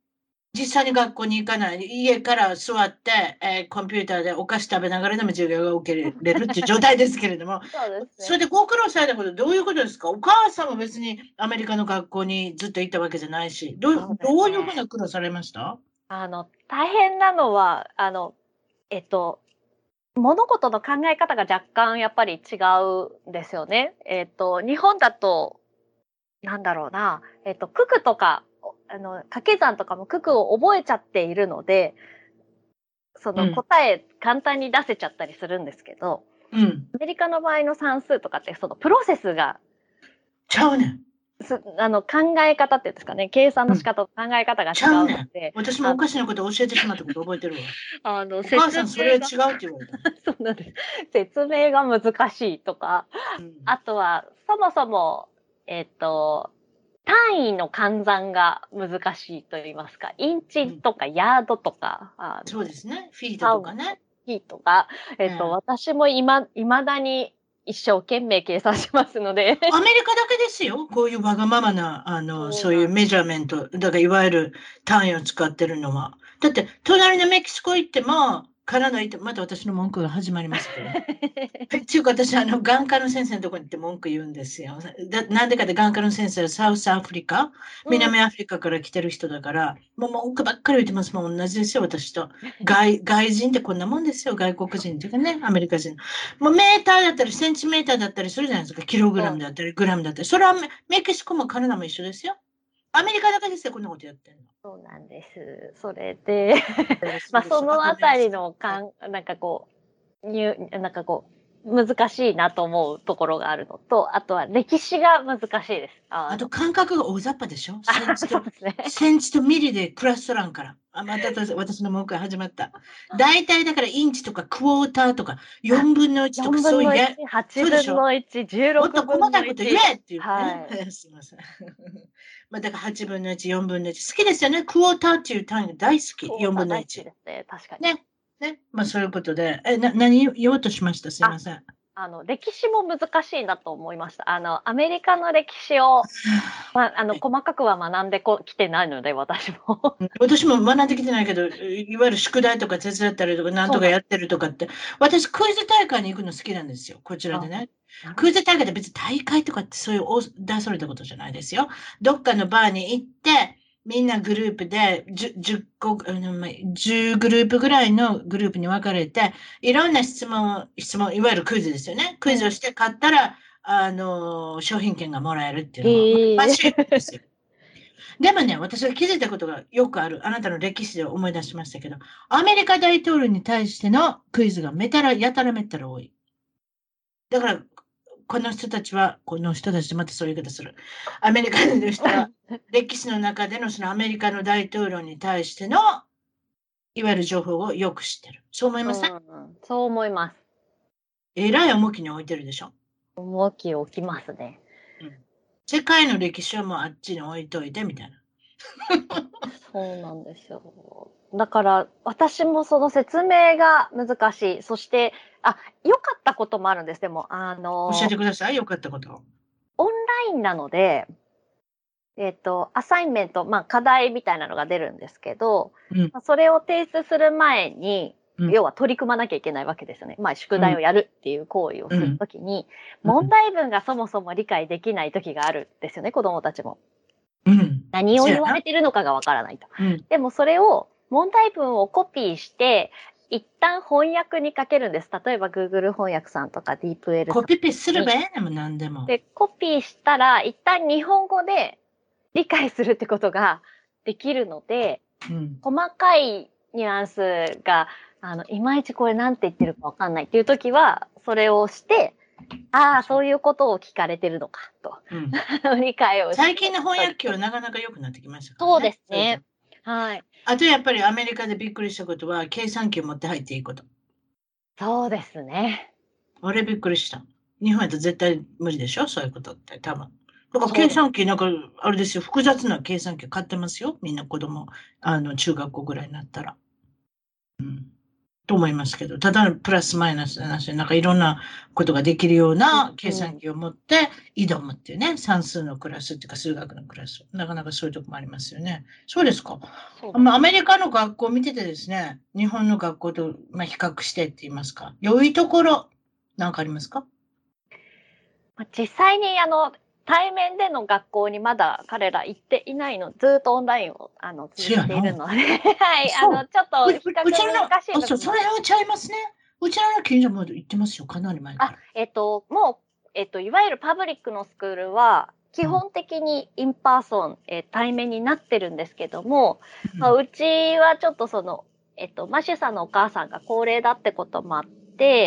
[SPEAKER 3] 実際に学校に行かない、家から座って、えーコンピューターでお菓子食べながらでも授業が受けれるっていう状態ですけれども、
[SPEAKER 2] そうです
[SPEAKER 3] それ
[SPEAKER 2] ね。
[SPEAKER 3] でご苦労されたこと、どういうことですか？お母さんも別にアメリカの学校にずっと行ったわけじゃないし、どう
[SPEAKER 2] そうです
[SPEAKER 3] どういうふう
[SPEAKER 2] ね。
[SPEAKER 3] な苦労されました？
[SPEAKER 2] あの、大変なのは、あの、えっと、物事の考え方が若干やっぱり違うんですよね。えっと、日本だと、なんだろうな、えっと、九九とか、おあの、掛け算とかも九九を覚えちゃっているので、その
[SPEAKER 3] うん、
[SPEAKER 2] 答え簡単に出せちゃったりするんですけど、
[SPEAKER 3] うん。
[SPEAKER 2] アメリカの場合の算数とかって、そのプロセスが、
[SPEAKER 3] ちゃうねん。
[SPEAKER 2] すあの、考え方っていうんですかね、計算
[SPEAKER 3] うん。
[SPEAKER 2] の仕方と考え方が違
[SPEAKER 3] ちゃうねん。
[SPEAKER 2] うので、
[SPEAKER 3] 私も
[SPEAKER 2] あの、
[SPEAKER 3] おかしなこと教えてしまったこと覚えてるわ。
[SPEAKER 2] あの、
[SPEAKER 3] お母
[SPEAKER 2] 説
[SPEAKER 3] さん、それは違う
[SPEAKER 2] 明が
[SPEAKER 3] って言われた。
[SPEAKER 2] そうなんです。説明が難しいとか、
[SPEAKER 3] うん。
[SPEAKER 2] あとは、そもそも、えっと、単位の換算が難しいと言いますか、イン
[SPEAKER 3] うん。
[SPEAKER 2] チとかヤードとか、あ
[SPEAKER 3] そうで
[SPEAKER 2] の、
[SPEAKER 3] すね。フィート
[SPEAKER 2] パウンド、
[SPEAKER 3] とかね。
[SPEAKER 2] キーとか、えっと、
[SPEAKER 3] ええ。
[SPEAKER 2] 私もいま、未だに一生懸命計算しますので。
[SPEAKER 3] アメリカだけですよ。こういうわがままな、あの、
[SPEAKER 2] そうなん
[SPEAKER 3] そういうメジャーメント、だからいわゆる単位を使ってるのは。だって、隣のメキシコ行っても、カナダ行って、また私の文句が始まりますけど。っていうか、私、あの、眼科の先生のところに行って文句言うんですよ。だなんでかって眼科の先生はサウスアフリカ、
[SPEAKER 2] うん、
[SPEAKER 3] 南アフリカから来てる人だから、もう文句ばっかり言ってます。もう同じですよ、私と。外、外人ってこんなもんですよ、外国人っていうかね、アメリカ人。もうメーターだったり、センチメーターだったりするじゃないですか。キログラ
[SPEAKER 2] そう、
[SPEAKER 3] ムだったり、グラムだったり。それはメメキシコもカナダも一緒ですよ。アメリカだけですよ、こんなことやってるの。
[SPEAKER 2] そうなんです。それで、まあ、
[SPEAKER 3] そうです。あ
[SPEAKER 2] その
[SPEAKER 3] とね、
[SPEAKER 2] あたりのかん、なんかこう、にゅなんかこう、難しいなと思うところがあるのと、あとは歴史が難しいです。あ
[SPEAKER 3] あと
[SPEAKER 2] の、
[SPEAKER 3] 感覚が大雑把でしょ？セン
[SPEAKER 2] あ、
[SPEAKER 3] チと、
[SPEAKER 2] そうですね。
[SPEAKER 3] センチとミリでクラストランから。あ、また私の文句が始まった。大体だからインチとかクォーターとか
[SPEAKER 2] あ、
[SPEAKER 3] よんぶんのいちとか
[SPEAKER 2] 4分のいち、
[SPEAKER 3] そういうや、
[SPEAKER 2] 8分
[SPEAKER 3] そうでしょ？
[SPEAKER 2] のいち、16
[SPEAKER 3] もっと細
[SPEAKER 2] 分の
[SPEAKER 3] かいこと言
[SPEAKER 2] いち。
[SPEAKER 3] えっていうね。
[SPEAKER 2] はい。
[SPEAKER 3] すいません。まあだからはちぶんのいち、よんぶんのいち。好きですよね。クォーターっていう単位大好き。4
[SPEAKER 2] クォーター大好き
[SPEAKER 3] 分のいち。
[SPEAKER 2] ですね。確かに。
[SPEAKER 3] ね。ね。まあそういうことで。え、な、何言おうとしました？すい
[SPEAKER 2] あ、
[SPEAKER 3] ません。
[SPEAKER 2] あの、歴史も難しいなと思いました。あの、アメリカの歴史を、まあ、あの、細かくは学んでこきてないので、私も。
[SPEAKER 3] 私も学んできてないけど、いわゆる宿題とか手伝ったりとか、なん
[SPEAKER 2] そうなんです。
[SPEAKER 3] とかやってるとかって、私クイズ大会に行くの好きなんですよ、こちらで
[SPEAKER 2] あ、
[SPEAKER 3] ね。
[SPEAKER 2] なるほど。
[SPEAKER 3] クイズ大会って別に大会とかってそういう大大それたことじゃないですよ。どっかのバーに行って、みんなグループでじゅじゅっこ、あのまあじゅうグループぐらいのグループに分かれて、いろんな質問、質問、いわゆるクイズですよね。クイズを
[SPEAKER 2] うん。
[SPEAKER 3] して買ったら、あの、商品券がもらえるっていうのが、まあ、
[SPEAKER 2] へえ。
[SPEAKER 3] バッシュですよ。でもね、私が気づいたことがよくある。あなたの歴史で思い出しましたけど、アメリカ大統領に対してのクイズがめたら、やたらめったら多い。だから、この人たちは、この人たち、またそういう言い方する。アメリカの人は、歴史の中でのそのアメリカの大統領に対しての、いわゆる情報をよく知ってる。そう思いません？
[SPEAKER 2] うん、そう思います。
[SPEAKER 3] えらい重きに置いてるでしょ。
[SPEAKER 2] 重きを置きますね。
[SPEAKER 3] うん。世界の歴史はもうあっちに置いといて、みたいな。
[SPEAKER 2] そうなんですよ。だから、私もその説明が難しい。そして、あ、良かったこともあるんです。でも、あ
[SPEAKER 3] 教え
[SPEAKER 2] の、
[SPEAKER 3] てください。よかったことを。
[SPEAKER 2] オンラインなので、えっと、アサインメント、まあ、課題みたいなのが出るんですけど、
[SPEAKER 3] うん。
[SPEAKER 2] ま、それを提出する前に、
[SPEAKER 3] うん。
[SPEAKER 2] 要は取り組まなきゃいけないわけですよね。まあ、宿
[SPEAKER 3] うん。
[SPEAKER 2] 題をやるっていう行為をする
[SPEAKER 3] うん。
[SPEAKER 2] ときに、
[SPEAKER 3] うん。
[SPEAKER 2] 問題文がそもそも理解できない時があるんですよね、子供たちも。
[SPEAKER 3] うん。
[SPEAKER 2] 何を
[SPEAKER 3] そうやな。
[SPEAKER 2] 言われてるのかがわからないと。
[SPEAKER 3] うん。
[SPEAKER 2] でもそれを問題文をコピーして、一旦翻訳にかけるんです。例えば Google 翻訳さんとか DeepL さ
[SPEAKER 3] コピペす
[SPEAKER 2] んに。
[SPEAKER 3] ればええねんもん、何でも。
[SPEAKER 2] で、コピーしたら、一旦日本語で理解するってことができるので、
[SPEAKER 3] うん。
[SPEAKER 2] 細かいニュアンスが、あの、いまいちこれなんて言ってるかわかんないっていう時は、それをして、ああ、そういうことを聞かれてるのか、と。
[SPEAKER 3] うん。
[SPEAKER 2] 理解をして。
[SPEAKER 3] 最近の翻訳機はなかなか良くなってきましたから
[SPEAKER 2] そうで
[SPEAKER 3] ね。
[SPEAKER 2] すね。
[SPEAKER 3] そういう点。
[SPEAKER 2] はい。
[SPEAKER 3] あとやっぱりアメリカでびっくりしたことは、計算機を持って入っていいこと。
[SPEAKER 2] そうですね。
[SPEAKER 3] あれびっくりした。日本やと絶対無理でしょそういうことって、多分。だから計
[SPEAKER 2] そうです。
[SPEAKER 3] 算機、なんか、あれですよ、複雑な計算機買ってますよ。みんな子供、あの、中学校ぐらいになったら。うん。 と思いますけど、ただのプラスマイナスの話で、なんかいろんなことができるような計算機を持って挑むっていうね、算数のクラスっていうか数学のクラス。なかなかそういうとこもありますよね。そうですか。
[SPEAKER 2] そう
[SPEAKER 3] まあ、アメリカの学校を見ててですね、日本の学校とまあ比較してって言いますか、良いところ、なんかありますか？
[SPEAKER 2] まあ実際にあの対面での学校にまだ彼ら行っていないの、ずっとオンラインをあの続けているので、はい、あ
[SPEAKER 3] そう
[SPEAKER 2] のちょっと
[SPEAKER 3] う
[SPEAKER 2] 比較
[SPEAKER 3] うちの、
[SPEAKER 2] 難しい部
[SPEAKER 3] あ、そう、
[SPEAKER 2] 分も。
[SPEAKER 3] それはちゃいますね。うちの近所も行ってますよ、かなり前か
[SPEAKER 2] あ
[SPEAKER 3] ら。、
[SPEAKER 2] えっと、もう、えっと、いわゆるパブリックのスクールは、基本的にインパーソン、えー対面になってるんですけども、
[SPEAKER 3] うん
[SPEAKER 2] まあ、うちはちょっとその、えっと、マシュさんのお母さんが高齢だってこともあって、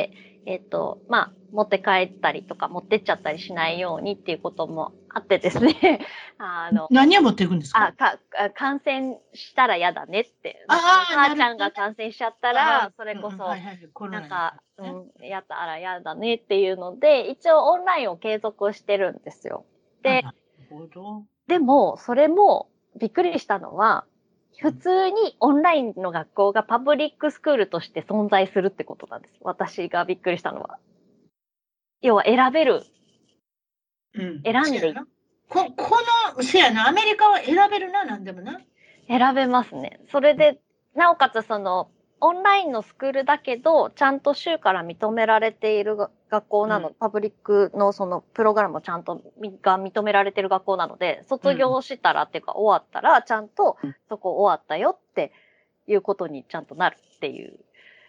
[SPEAKER 2] えっと、まあ、持って帰ったりとか、持ってっちゃったりしないようにっていうこともあってですね、あの、
[SPEAKER 3] 何を持っていくんですか？
[SPEAKER 2] あ、か、あ感染したら嫌だねって。なんか
[SPEAKER 3] ああ、
[SPEAKER 2] お母ちゃん
[SPEAKER 3] なるほどね。
[SPEAKER 2] が感染しちゃった
[SPEAKER 3] あ
[SPEAKER 2] ら、
[SPEAKER 3] あ、
[SPEAKER 2] それ
[SPEAKER 3] うんうん、は
[SPEAKER 2] こそ、
[SPEAKER 3] いはい、コロナになっ
[SPEAKER 2] なんか、
[SPEAKER 3] たね。
[SPEAKER 2] うん、やったら嫌だねっていうので、一応オンラインを継続してるんですよ。
[SPEAKER 3] あ、
[SPEAKER 2] で、
[SPEAKER 3] なるほど。
[SPEAKER 2] でも、それもびっくりしたのは、普通にオンラインの学校がパブリックスクールとして存在するってことなんです。私がびっくりしたのは。要は選べる。
[SPEAKER 3] うん。
[SPEAKER 2] 選んでい
[SPEAKER 3] せやな。こ、この、せやな、アメリカは選べるな、なんでもな。
[SPEAKER 2] 選べますね。それで、なおかつその、オンラインのスクールだけど、ちゃんと州から認められているが学校なの、
[SPEAKER 3] うん
[SPEAKER 2] パブリックのそのプログラムもちゃんとみが認められている学校なので、卒業したらっていうか終わったら、ちゃんと
[SPEAKER 3] うん
[SPEAKER 2] そこ終わったよっていうことにちゃんとなるっていう。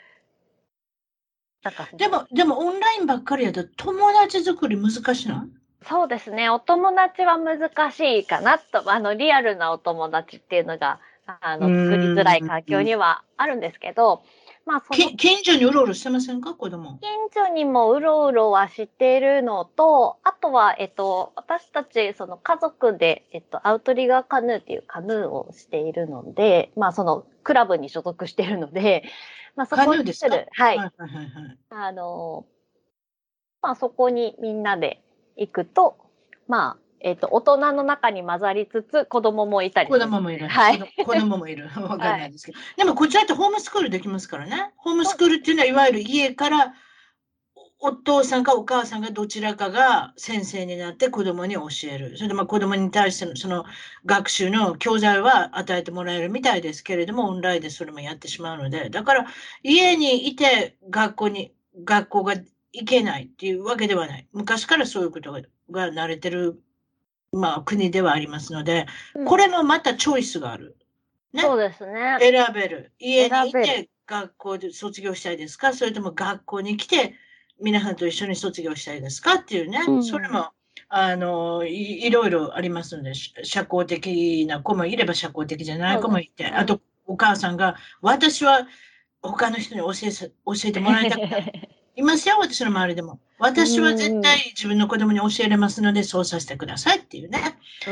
[SPEAKER 2] なんかその
[SPEAKER 3] でも、でもオンラインばっかりやと友達作り難しない？
[SPEAKER 2] そうですね。お友達は難しいかなと、あの、リアルなお友達っていうのが、あ
[SPEAKER 3] う
[SPEAKER 2] の、作りづらい
[SPEAKER 3] ー
[SPEAKER 2] 環境
[SPEAKER 3] ん。
[SPEAKER 2] にはあるんですけど、まあ、その
[SPEAKER 3] き、近所にうろうろしてませんか、子供？
[SPEAKER 2] 近所にもうろうろはしているのと、あとは、えっと、私たち、その家族で、えっと、アウトリガーカヌーっていうカヌーをしているので、まあ、その、クラブに所属しているので、まあ、そ
[SPEAKER 3] カ
[SPEAKER 2] こ
[SPEAKER 3] ヌーですか？
[SPEAKER 2] に来る、はい、
[SPEAKER 3] はいはいはいはい。
[SPEAKER 2] あの、まあ、そこにみんなで行くと、まあ、えっと、大人の中に混ざりつつ、子供もいたりする。
[SPEAKER 3] 子供もいる。
[SPEAKER 2] はい。
[SPEAKER 3] 子供子供もいる。わか
[SPEAKER 2] はい。
[SPEAKER 3] んないですけど。でもこちらってホームスクールできますからね。ホームスクールっていうのは、いわゆる家からお父さんかお母さんがどちらかが先生になって子供に教える。それでまあ子供に対してのその学習の教材は与えてもらえるみたいですけれども、オンラインでそれもやってしまうので、だから家にいて学校に、学校が行けないっていうわけではない。昔からそういうことがが慣れてる、まあ、国ではありますので、
[SPEAKER 2] うん。
[SPEAKER 3] これもまたチョイスがある。ね。
[SPEAKER 2] そうですね。
[SPEAKER 3] 選べる。家に
[SPEAKER 2] 選べる。
[SPEAKER 3] いて学校で卒業したいですか、それとも学校に来て皆さんと一緒に卒業したいですかっていうね。
[SPEAKER 2] うん。
[SPEAKER 3] それも、あの、い、いろいろありますので、し社交的な子もいれば社交的じゃない
[SPEAKER 2] そうで
[SPEAKER 3] 子もいて、あ
[SPEAKER 2] すね。
[SPEAKER 3] とお母さんが、私は他の人に教えさ、教えてもらいたくない。いますよ、私の周りでも。
[SPEAKER 2] う
[SPEAKER 3] 私は絶対
[SPEAKER 2] ん。
[SPEAKER 3] 自分の子供に教えれますので、そうさせてくださいっていうね。
[SPEAKER 2] うん。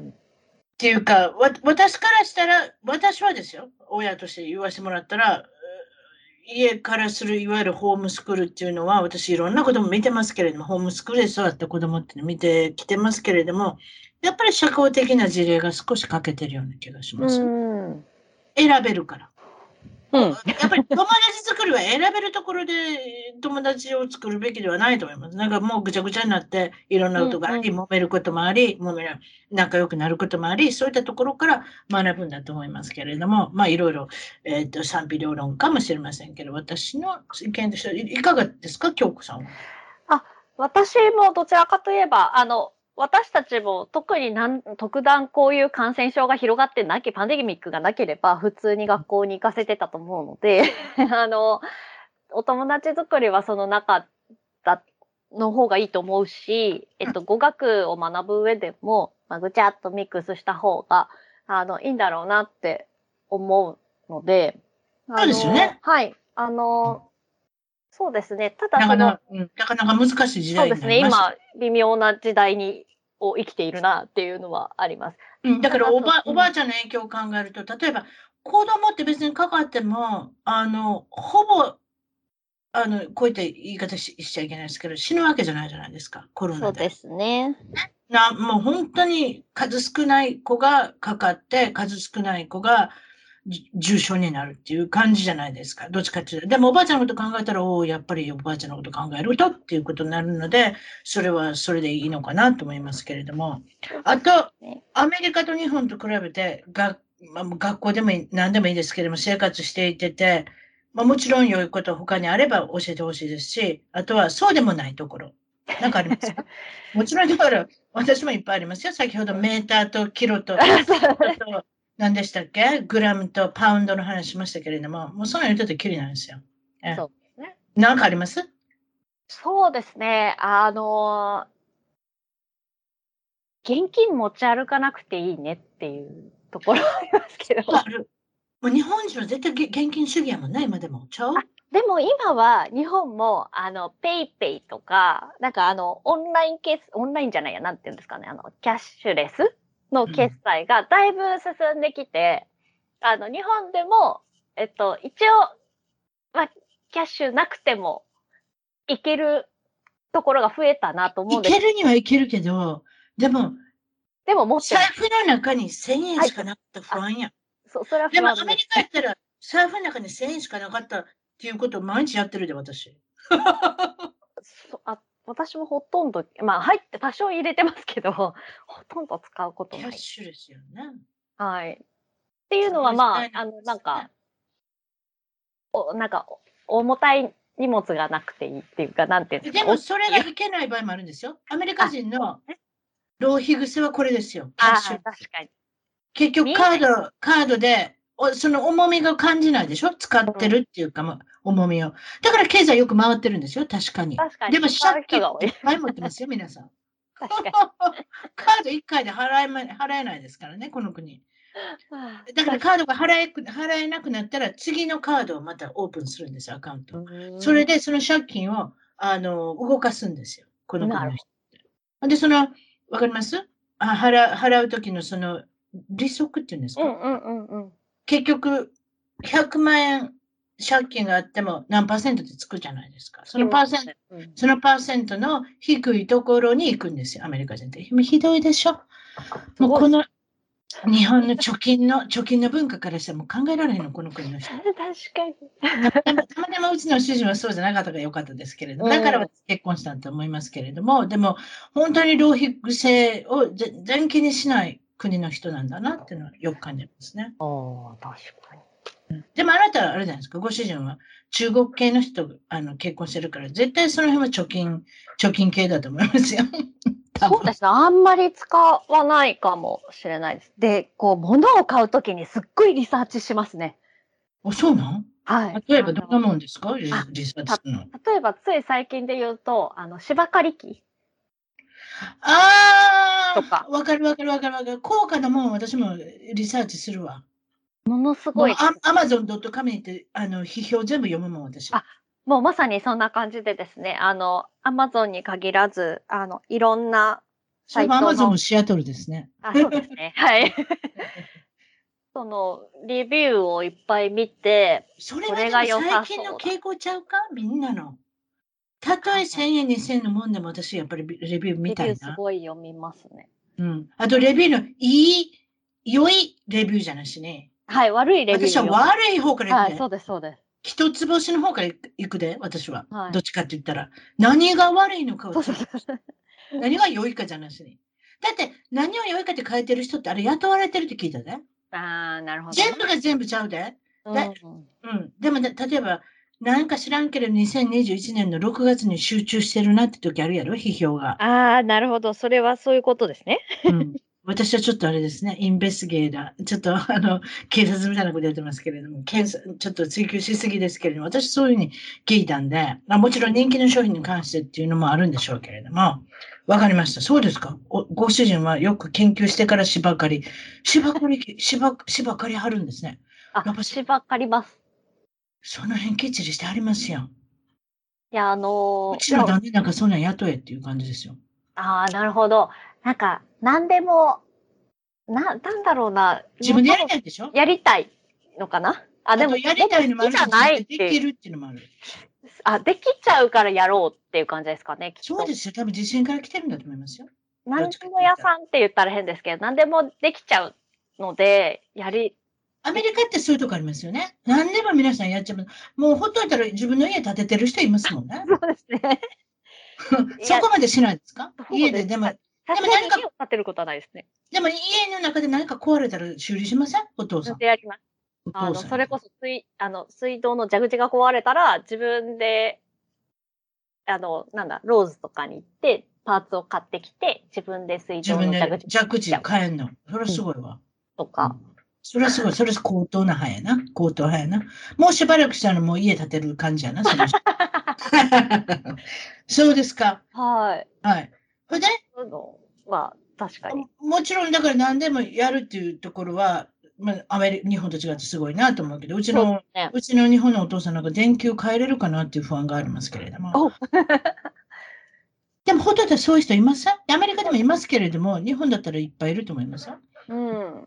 [SPEAKER 3] っていうか、わ、私からしたら、私はですよ、親として言わせてもらったら、家からするいわゆるホームスクールっていうのは、私いろんな子供見てますけれども、ホームスクールで育った子供っていうの見てきてますけれども、やっぱり社交的な事例が少し欠けてるような気がし
[SPEAKER 2] う
[SPEAKER 3] ます。
[SPEAKER 2] ん。
[SPEAKER 3] 選べるから。
[SPEAKER 2] うん。
[SPEAKER 3] やっぱり友達作りは選べるところで友達を作るべきではないと思います。なんかもうぐちゃぐちゃになって、いろんなことがあり、揉めることもあり、揉める、仲良くなることもあり、そういったところから学ぶんだと思いますけれども、まあいろいろ、えっと、賛否両論かもしれませんけど、私の意見としてはいいかがですか、京子さんは。
[SPEAKER 2] あ、私もどちらかといえば、あの、私たちも特になん特段こういう感染症が広がってなき、パンデミックがなければ普通に学校に行かせてたと思うので、あの、お友達作りはその中だの方がいいと思うし、えっと、語学を学ぶ上でも、まあ、ぐちゃっとミックスした方が、あの、いいんだろうなって思うので、あ
[SPEAKER 3] そうですよ
[SPEAKER 2] の、
[SPEAKER 3] ね。
[SPEAKER 2] はい、あの、そうですね。ただその、
[SPEAKER 3] なかなか、うん、なかなか難しい時代
[SPEAKER 2] そうですね。
[SPEAKER 3] になりました。
[SPEAKER 2] 今、微妙な時代に、を生きているなっていうのはあります。
[SPEAKER 3] うん、だからお
[SPEAKER 2] ただそ、
[SPEAKER 3] ばおばあ
[SPEAKER 2] うん、
[SPEAKER 3] ちゃんの影響を考えると、例えば子供って別にかかっても、あの、ほぼ、あの、こういった言い方し、しちゃいけないですけど、死ぬわけじゃないじゃないですか、コロナで。
[SPEAKER 2] そうですね。
[SPEAKER 3] な、もう本当に数少ない子がかかって、数少ない子がじ重症になるっていう感じじゃないですか。どっちかっていうと。でもおばあちゃんのこと考えたら、おお、やっぱりおばあちゃんのこと考えるとっていうことになるので、それはそれでいいのかなと思いますけれども。あと、アメリカと日本と比べて、がまあ、学校でもいい何でもいいですけれども、生活していてて、まあ、もちろん良いこと他にあれば教えてほしいですし、あとはそうでもないところ。なんかありますか？もちろんだから、私もいっぱいありますよ。先ほどメーターとキロと、と何でしたっけ？グラムとパウンドの話しましたけれども、もうそんなの言っててきりなんですよ。え
[SPEAKER 2] そうですね。
[SPEAKER 3] なんかあります？
[SPEAKER 2] そうですね。あの、現金持ち歩かなくていいねっていうところはありますけど。
[SPEAKER 3] ある。もう日本人は絶対げ現金主義やもんね、今でも。ちゃう？
[SPEAKER 2] あ、でも今は日本も、あの、ペイペイとか、なんかあの、オンライン決、オンラインじゃないや、なんていうんですかね、あの、キャッシュレスの決済がだいぶ進んできて、あの、日本でも、えっと、一応、まあ、キャッシュなくてもいけるところが増えたなと思うんです。
[SPEAKER 3] いけるにはいけるけど、でも、
[SPEAKER 2] でも持ってない。
[SPEAKER 3] 財布の中にせんえんしかなかったら不安や。
[SPEAKER 2] そ、それは
[SPEAKER 3] でもア
[SPEAKER 2] 不安です。
[SPEAKER 3] メリカやったら、財布の中にせんえんしかなかったっていうことを毎日やってるで、私。
[SPEAKER 2] そあ、私もほとんど、まあ入って多少入れてますけど、ほとんど使うことない。
[SPEAKER 3] キャッシュレスよね。
[SPEAKER 2] はい。っていうのはまあ、あの、なんか、おなんか、お重たい荷物がなくていいっていうか、なんていうんですか。
[SPEAKER 3] でもそれがいけない場合もあるんですよ。アメリカ人の浪費癖はこれですよ。キャッシュ。
[SPEAKER 2] ああ、確かに。
[SPEAKER 3] 結局カード、カードで、おその重みが感じないでしょ？使ってるっていうか、ま、重みを。だから経済よく回ってるんですよ、確かに。
[SPEAKER 2] 確かに。
[SPEAKER 3] でも借金
[SPEAKER 2] が多い。
[SPEAKER 3] いっぱい持ってますよ、皆さん。
[SPEAKER 2] 確かに。
[SPEAKER 3] カードいっかいで払えま、払えないですからね、この国。だからカードが払え、払えなくなったら、次のカードをまたオープンするんですよ、アカウント。それでその借金を、あの、動かすんですよ、この国の人って。で、その、わかります？あ、払う、払う時のその、利息っていうんですか？
[SPEAKER 2] うんうんうんうん。
[SPEAKER 3] 結局、ひゃくまんえん借金があっても何パーセントでつくじゃないですか。そのパーセント、うん、そのパーセントの低いところに行くんですよ、アメリカ人って。ひどいでしょ？もうこの日本の貯金の、貯金の文化からしても考えられへんの、この国の人。
[SPEAKER 2] 確かに。
[SPEAKER 3] たまたまうちの主人はそうじゃなかったからよかったですけれども、だから結婚したと思いますけれども、でも本当に浪費癖を全然気にしない国の人なんだなっていうのはよく感じますね。
[SPEAKER 2] ああ、確かに。
[SPEAKER 3] でもあなたはあれじゃないですか、ご主人は中国系の人とあの結婚してるから、絶対その辺は貯金、貯金系だと思いますよ。
[SPEAKER 2] そうですね。あんまり使わないかもしれないです。で、こう、物を買うときにすっごいリサーチしますね。
[SPEAKER 3] あ、そうなん？
[SPEAKER 2] はい。
[SPEAKER 3] 例えばどんなもんですか？リサーチするの。
[SPEAKER 2] 例えば、つい最近で言うと、あの、芝刈り機。
[SPEAKER 3] あ
[SPEAKER 2] とか。
[SPEAKER 3] あ、わかるわかるわかるわかる。高価なもん私もリサーチするわ。
[SPEAKER 2] ものすごい。
[SPEAKER 3] アマゾンドットコムに行って、あの、批評全部読むもん、私。
[SPEAKER 2] あ、もうまさにそんな感じでですね、あの、アマゾンに限らず、あの、いろんな
[SPEAKER 3] サイトの。アマゾンもシアトルですね。
[SPEAKER 2] あ、そうですね。はい。その、レビューをいっぱい見て、
[SPEAKER 3] それが最近の傾向ちゃうか？みんなの。たとえせんえん、にせんえんのもんでも私やっぱりレビュー見たいな。
[SPEAKER 2] レビューすごい読みますね。
[SPEAKER 3] うん。あとレビューのいい、良いレビューじゃなしね。
[SPEAKER 2] はい、悪いレビュー。
[SPEAKER 3] 私は悪い方から行くで。
[SPEAKER 2] はい、そうです、そうです。
[SPEAKER 3] 一つ星の方から行くで、私は。はい、どっちかって言ったら。何が悪いのかを何が良いかじゃなしに。だって、何を良いかって書いてる人ってあれ雇われてるって聞いたで。
[SPEAKER 2] ああ、なるほど、
[SPEAKER 3] ね。全部が全部ちゃうで。うん、うん。でも、ね、例えば、なんか知らんけどにせんにじゅういちねんのろくがつに集中してるなって時あるやろ、批評が。
[SPEAKER 2] ああ、なるほど。それはそういうことですね。
[SPEAKER 3] うん。私はちょっとあれですね、インベスゲーター、ちょっとあの、警察みたいなことやってますけれども、検査、ちょっと追求しすぎですけれども、私そういうふうに聞いたんで、まあ、もちろん人気の商品に関してっていうのもあるんでしょうけれども、わかりました。そうですか。おご主人はよく研究してから芝刈り、芝刈り、芝、芝刈りはるんですね。
[SPEAKER 2] あ、やっぱ芝刈ります。
[SPEAKER 3] その辺きっちりしてありますよ。
[SPEAKER 2] いや、あのー、
[SPEAKER 3] うちの旦那なんかそんなん雇えっていう感じですよ。
[SPEAKER 2] ああ、なるほど。なんか、何でも、な、なんだろうな。
[SPEAKER 3] 自分でやりたいでしょ？
[SPEAKER 2] やりたいのかな？あ、でも、
[SPEAKER 3] やりたいのもあるし、
[SPEAKER 2] じゃないって
[SPEAKER 3] できるっていうのもある。
[SPEAKER 2] あ、できちゃうからやろうっていう感じですかね、きっと。
[SPEAKER 3] そうですよ。多分自信から来てるんだと思いますよ。
[SPEAKER 2] 何でも屋さんって言ったら変ですけど、何でもできちゃうので、やり、
[SPEAKER 3] アメリカってそういうとこありますよね。何でも皆さんやっちゃう。もうほっといたら自分の家建ててる人いますもんね。
[SPEAKER 2] そうですね。
[SPEAKER 3] そこまでしないですか？家で、
[SPEAKER 2] そうです。
[SPEAKER 3] でも、
[SPEAKER 2] さ
[SPEAKER 3] で
[SPEAKER 2] すがに
[SPEAKER 3] も何か、
[SPEAKER 2] 家を建てることはないですね。
[SPEAKER 3] でも家の中で何か壊れたら修理しません？お父さん。
[SPEAKER 2] でやります。
[SPEAKER 3] お
[SPEAKER 2] あの、
[SPEAKER 3] 父さん。
[SPEAKER 2] それこそ水あの、水道の蛇口が壊れたら、自分で、あの、なんだ、ローズとかに行って、パーツを買ってきて、自分で水
[SPEAKER 3] 自分で
[SPEAKER 2] 道の蛇口
[SPEAKER 3] 蛇口
[SPEAKER 2] ちゃう
[SPEAKER 3] 変えんの。それはすごいわ。う
[SPEAKER 2] とか。
[SPEAKER 3] んそれはすごい。それは高等な派やな。高等派やな。もうしばらくしたらもう家建てる感じやな、その人。そうですか。
[SPEAKER 2] はい。
[SPEAKER 3] はい。それで、
[SPEAKER 2] そういうのは確かに。
[SPEAKER 3] もちろんだから何でもやるっていうところは、まあ、アメリ日本と違ってすごいなと思うけど、うち
[SPEAKER 2] そうで
[SPEAKER 3] の、
[SPEAKER 2] すね。
[SPEAKER 3] うちの日本のお父さんなんか電球変えれるかなっていう不安がありますけれども。
[SPEAKER 2] お
[SPEAKER 3] でも、ほとんどそういう人いません？アメリカでもいますけれども、日本だったらいっぱいいると思いますよ。
[SPEAKER 2] うん。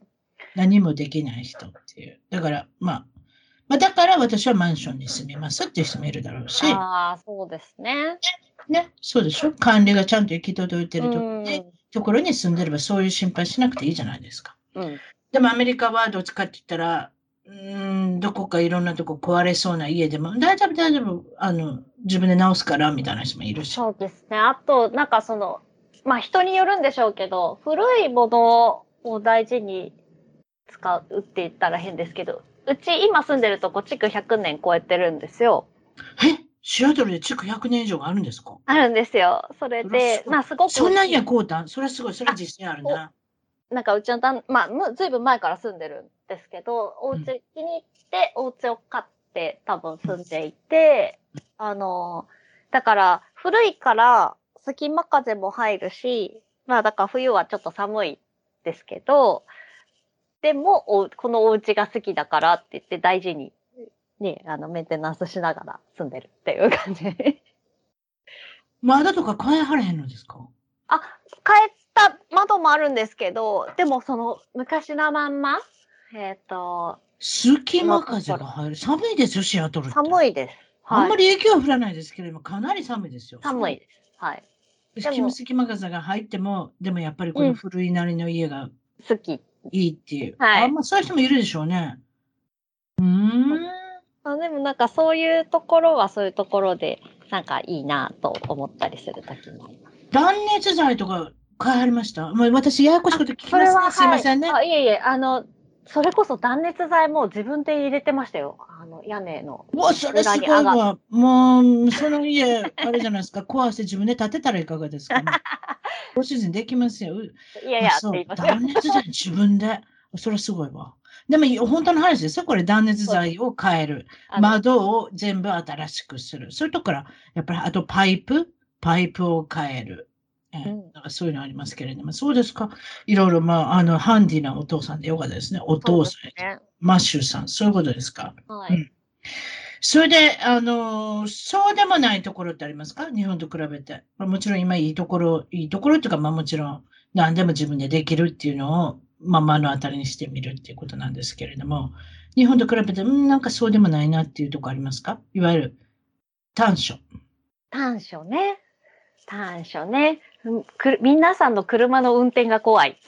[SPEAKER 3] 何もできない人っていう。だから、まあ、まあ、だから私はマンションに住みますっていう人もいるだろうし、
[SPEAKER 2] ああ、そうですね。
[SPEAKER 3] ね、そうでしょ？管理がちゃんと行き届いて
[SPEAKER 2] う
[SPEAKER 3] るところに
[SPEAKER 2] ん。
[SPEAKER 3] ところに住んでればそういう心配しなくていいじゃないですか。
[SPEAKER 2] うん。
[SPEAKER 3] でもアメリカはどっちかって言ったら、うーん、どこかいろんなとこ壊れそうな家でも、大丈夫、大丈夫、あの、自分で直すからみたいな人もいるし。
[SPEAKER 2] そうですね。あと、なんかその、まあ人によるんでしょうけど、古いものを大事に使うって言ったら変ですけど、うち今住んでるとこ築ひゃくねん超えてるんですよ。
[SPEAKER 3] え、シアトルで築ひゃくねん以上があるんですか？
[SPEAKER 2] あるんですよ。それで、まあすごく。
[SPEAKER 3] そんなんやこうたんそれはすごい、それは自信あるな。
[SPEAKER 2] なんかうちの旦まあ、むずいぶん前から住んでるんですけど、お家気に入ってお家を買って多分住んでいて、あの、だから古いから隙間風も入るし、まあだから冬はちょっと寒いですけど、でもおこのお家が好きだからって言って大事にね、あのメンテナンスしながら住んでるっていう感じ。
[SPEAKER 3] 窓とか変えはれへんのですか？
[SPEAKER 2] あ、変えた窓もあるんですけど、でもその昔のまんま、えっ、と、
[SPEAKER 3] 隙間風が入る。寒いですよ、シアトルって。
[SPEAKER 2] 寒いです。
[SPEAKER 3] あんま
[SPEAKER 2] はい。
[SPEAKER 3] り影響は降らないですけれども、かなり寒いですよ。
[SPEAKER 2] 寒いです。はい。でも、
[SPEAKER 3] 隙間風が入っても、でもやっぱりこ
[SPEAKER 2] うん、
[SPEAKER 3] の古いなりの家が
[SPEAKER 2] 好き。
[SPEAKER 3] いいっていう。
[SPEAKER 2] はい。
[SPEAKER 3] あんまそういう人もいるでしょうね。うーん。
[SPEAKER 2] あでもなんかそういうところはそういうところで、なんかいいなと思ったりするときもあります。
[SPEAKER 3] 断熱材とか買いはりました？もう私、ややこしいこと聞きますね。すいませんね。
[SPEAKER 2] あ、いえいえ、あの、それこそ断熱材も自分で入れてましたよ。あの、屋根の。
[SPEAKER 3] うわ、それすごいわ。もう、その家、あれじゃないですか、壊して自分で建てたらいかがですかね。ご主人できますよ。
[SPEAKER 2] いやいや、
[SPEAKER 3] あ、そう。断熱材自分で。それすごいわ。でも、本当の話ですよ。これ、断熱材を変える。窓を全部新しくする。そういうとこから、やっぱり、あとパイプ、パイプを変える。えー、なんかそういうのありますけれども、そうですか。いろいろ、まあ、あの、ハンディなお父さんでよかったですね。お父さん、ね、マッシュさん、そういうことですか。
[SPEAKER 2] はい。うん、
[SPEAKER 3] それで、あの、そうでもないところってありますか？日本と比べて。まあ、もちろん今いいところ、いいところっていうか、まあもちろん何でも自分でできるっていうのを、まあ目の当たりにしてみるっていうことなんですけれども、日本と比べて、うん、なんかそうでもないなっていうところありますか？いわゆる短所。
[SPEAKER 2] 短所ね。短所ね。く皆さんの車の運転が怖い。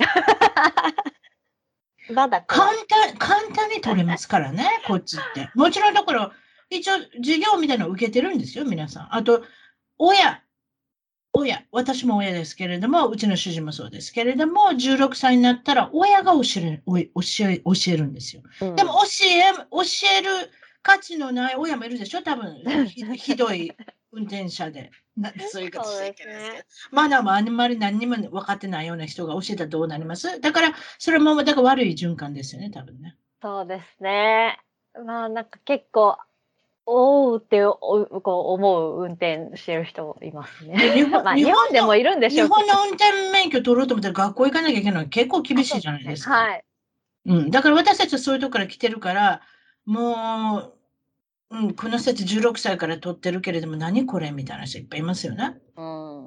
[SPEAKER 3] まだ簡単、簡単に取れますからね、こっちって。もちろんだから、一応授業みたいなのを受けてるんですよ、皆さん。あと、親。親。私も親ですけれども、うちの主人もそうですけれども、じゅうろくさいになったら親が教える、教え、教えるんですよ。うん、でも教え、教える価値のない親もいるでしょ、多分。ひ, ひどい運転者で。そういうことしちゃいけないですけど。マナーもあんまり何にも分かってないような人が教えたらどうなります？だから、それも、だから悪い循環ですよね、多分ね。
[SPEAKER 2] そうですね。まあ、なんか結構、おーってこう思う運転してる人いますね。日本、まあ、日本でもいるんでしょう
[SPEAKER 3] けど。日本の運転免許取ろうと思ったら学校行かなきゃいけないのは結構厳しいじゃないですか。
[SPEAKER 2] はい。
[SPEAKER 3] うん。だから私たちはそういうとこから来てるから、もう、うん、この人たちじゅうろくさいから取ってるけれども、何これみたいな人いっぱいいますよね。うん。うん。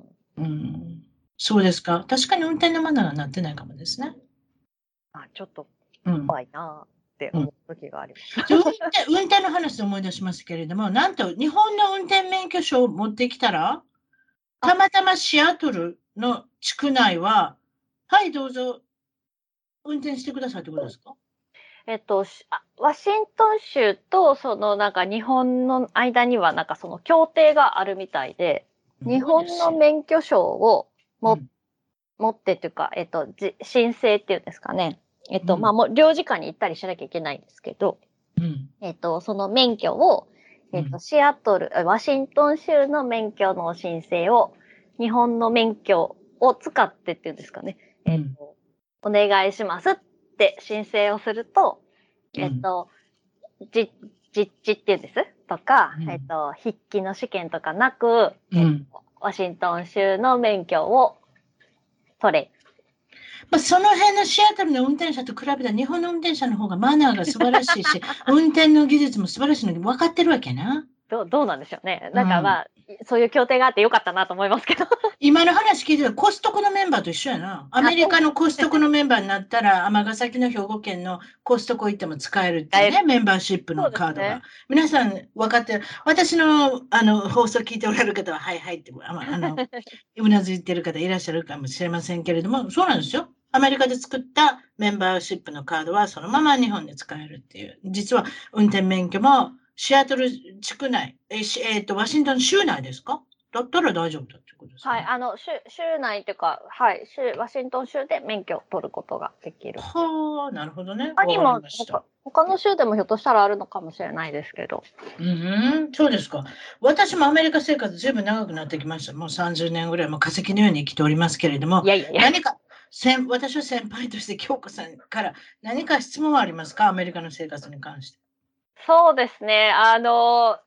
[SPEAKER 3] そうですか。確かに運転のマナーがなってないかもですね。
[SPEAKER 2] あ、ちょっと怖いなって思う時があります。
[SPEAKER 3] うん、運転、運転の話で思い出しますけれども、なんと日本の運転免許証を持ってきたら、たまたまシアトルの地区内は、はい、どうぞ、運転してくださいってことですか？
[SPEAKER 2] えっと、しあワシントン州と、そのなんか日本の間にはなんかその協定があるみたいで、日本の免許証をも、
[SPEAKER 3] うん
[SPEAKER 2] 持ってっていうか、えっと、じ申請っていうんですかね。えっと、
[SPEAKER 3] うん
[SPEAKER 2] まあ、もう領事館に行ったりしなきゃいけないんですけど、
[SPEAKER 3] うん
[SPEAKER 2] えっと、その免許を、えっと、
[SPEAKER 3] うん
[SPEAKER 2] シアトル、ワシントン州の免許の申請を、日本の免許を使ってっていうんですかね。えっと、お願いしますって申請をすると、えっと、じ、実地っていうんですとか、
[SPEAKER 3] うん
[SPEAKER 2] えっと、筆記の試験とかなく、
[SPEAKER 3] うん
[SPEAKER 2] えっと、ワシントン州の免許を取れ。
[SPEAKER 3] まあ、その辺のシアトルの運転者と比べたら日本の運転者の方がマナーが素晴らしいし、運転の技術も素晴らしいのに分かってるわけな。
[SPEAKER 2] どう、どうなんでしょうね。
[SPEAKER 3] うん
[SPEAKER 2] なんかまあ、そういう協定があってよかったなと思いますけど。
[SPEAKER 3] 今の話聞いてたらコストコのメンバーと一緒やな。アメリカのコストコのメンバーになったら、尼崎の兵庫県のコストコ行っても使えるっていうね、メンバーシップ
[SPEAKER 2] そう
[SPEAKER 3] のカードが。
[SPEAKER 2] ですね。
[SPEAKER 3] 皆さん分かってる。私のあの放送聞いておられる方は、はいはいって、ああの、うなずいてる方いらっしゃるかもしれませんけれども、そうなんですよ。アメリカで作ったメンバーシップのカードはそのまま日本で使えるっていう。実は運転免許もシアトル地区内、えしえーと、ワシントン州内ですか？だったら大丈夫だってことです
[SPEAKER 2] はい、
[SPEAKER 3] ね。
[SPEAKER 2] あの、州、州内っていうか、はい、州、ワシントン州で免許を取ることができる。
[SPEAKER 3] はあ、なるほどね。わかり
[SPEAKER 2] 他にも、
[SPEAKER 3] ました。
[SPEAKER 2] 他、他の州でもひょっとしたらあるのかもしれないですけど。
[SPEAKER 3] うん、そうですか。私もアメリカ生活ずいぶん長くなってきました。もうさんじゅうねんぐらい、もう化石のように生きておりますけれども、
[SPEAKER 2] いやいやいや。
[SPEAKER 3] 何か、先私は先輩として京子さんから何か質問はありますか？アメリカの生活に関して。
[SPEAKER 2] そうですね。あの、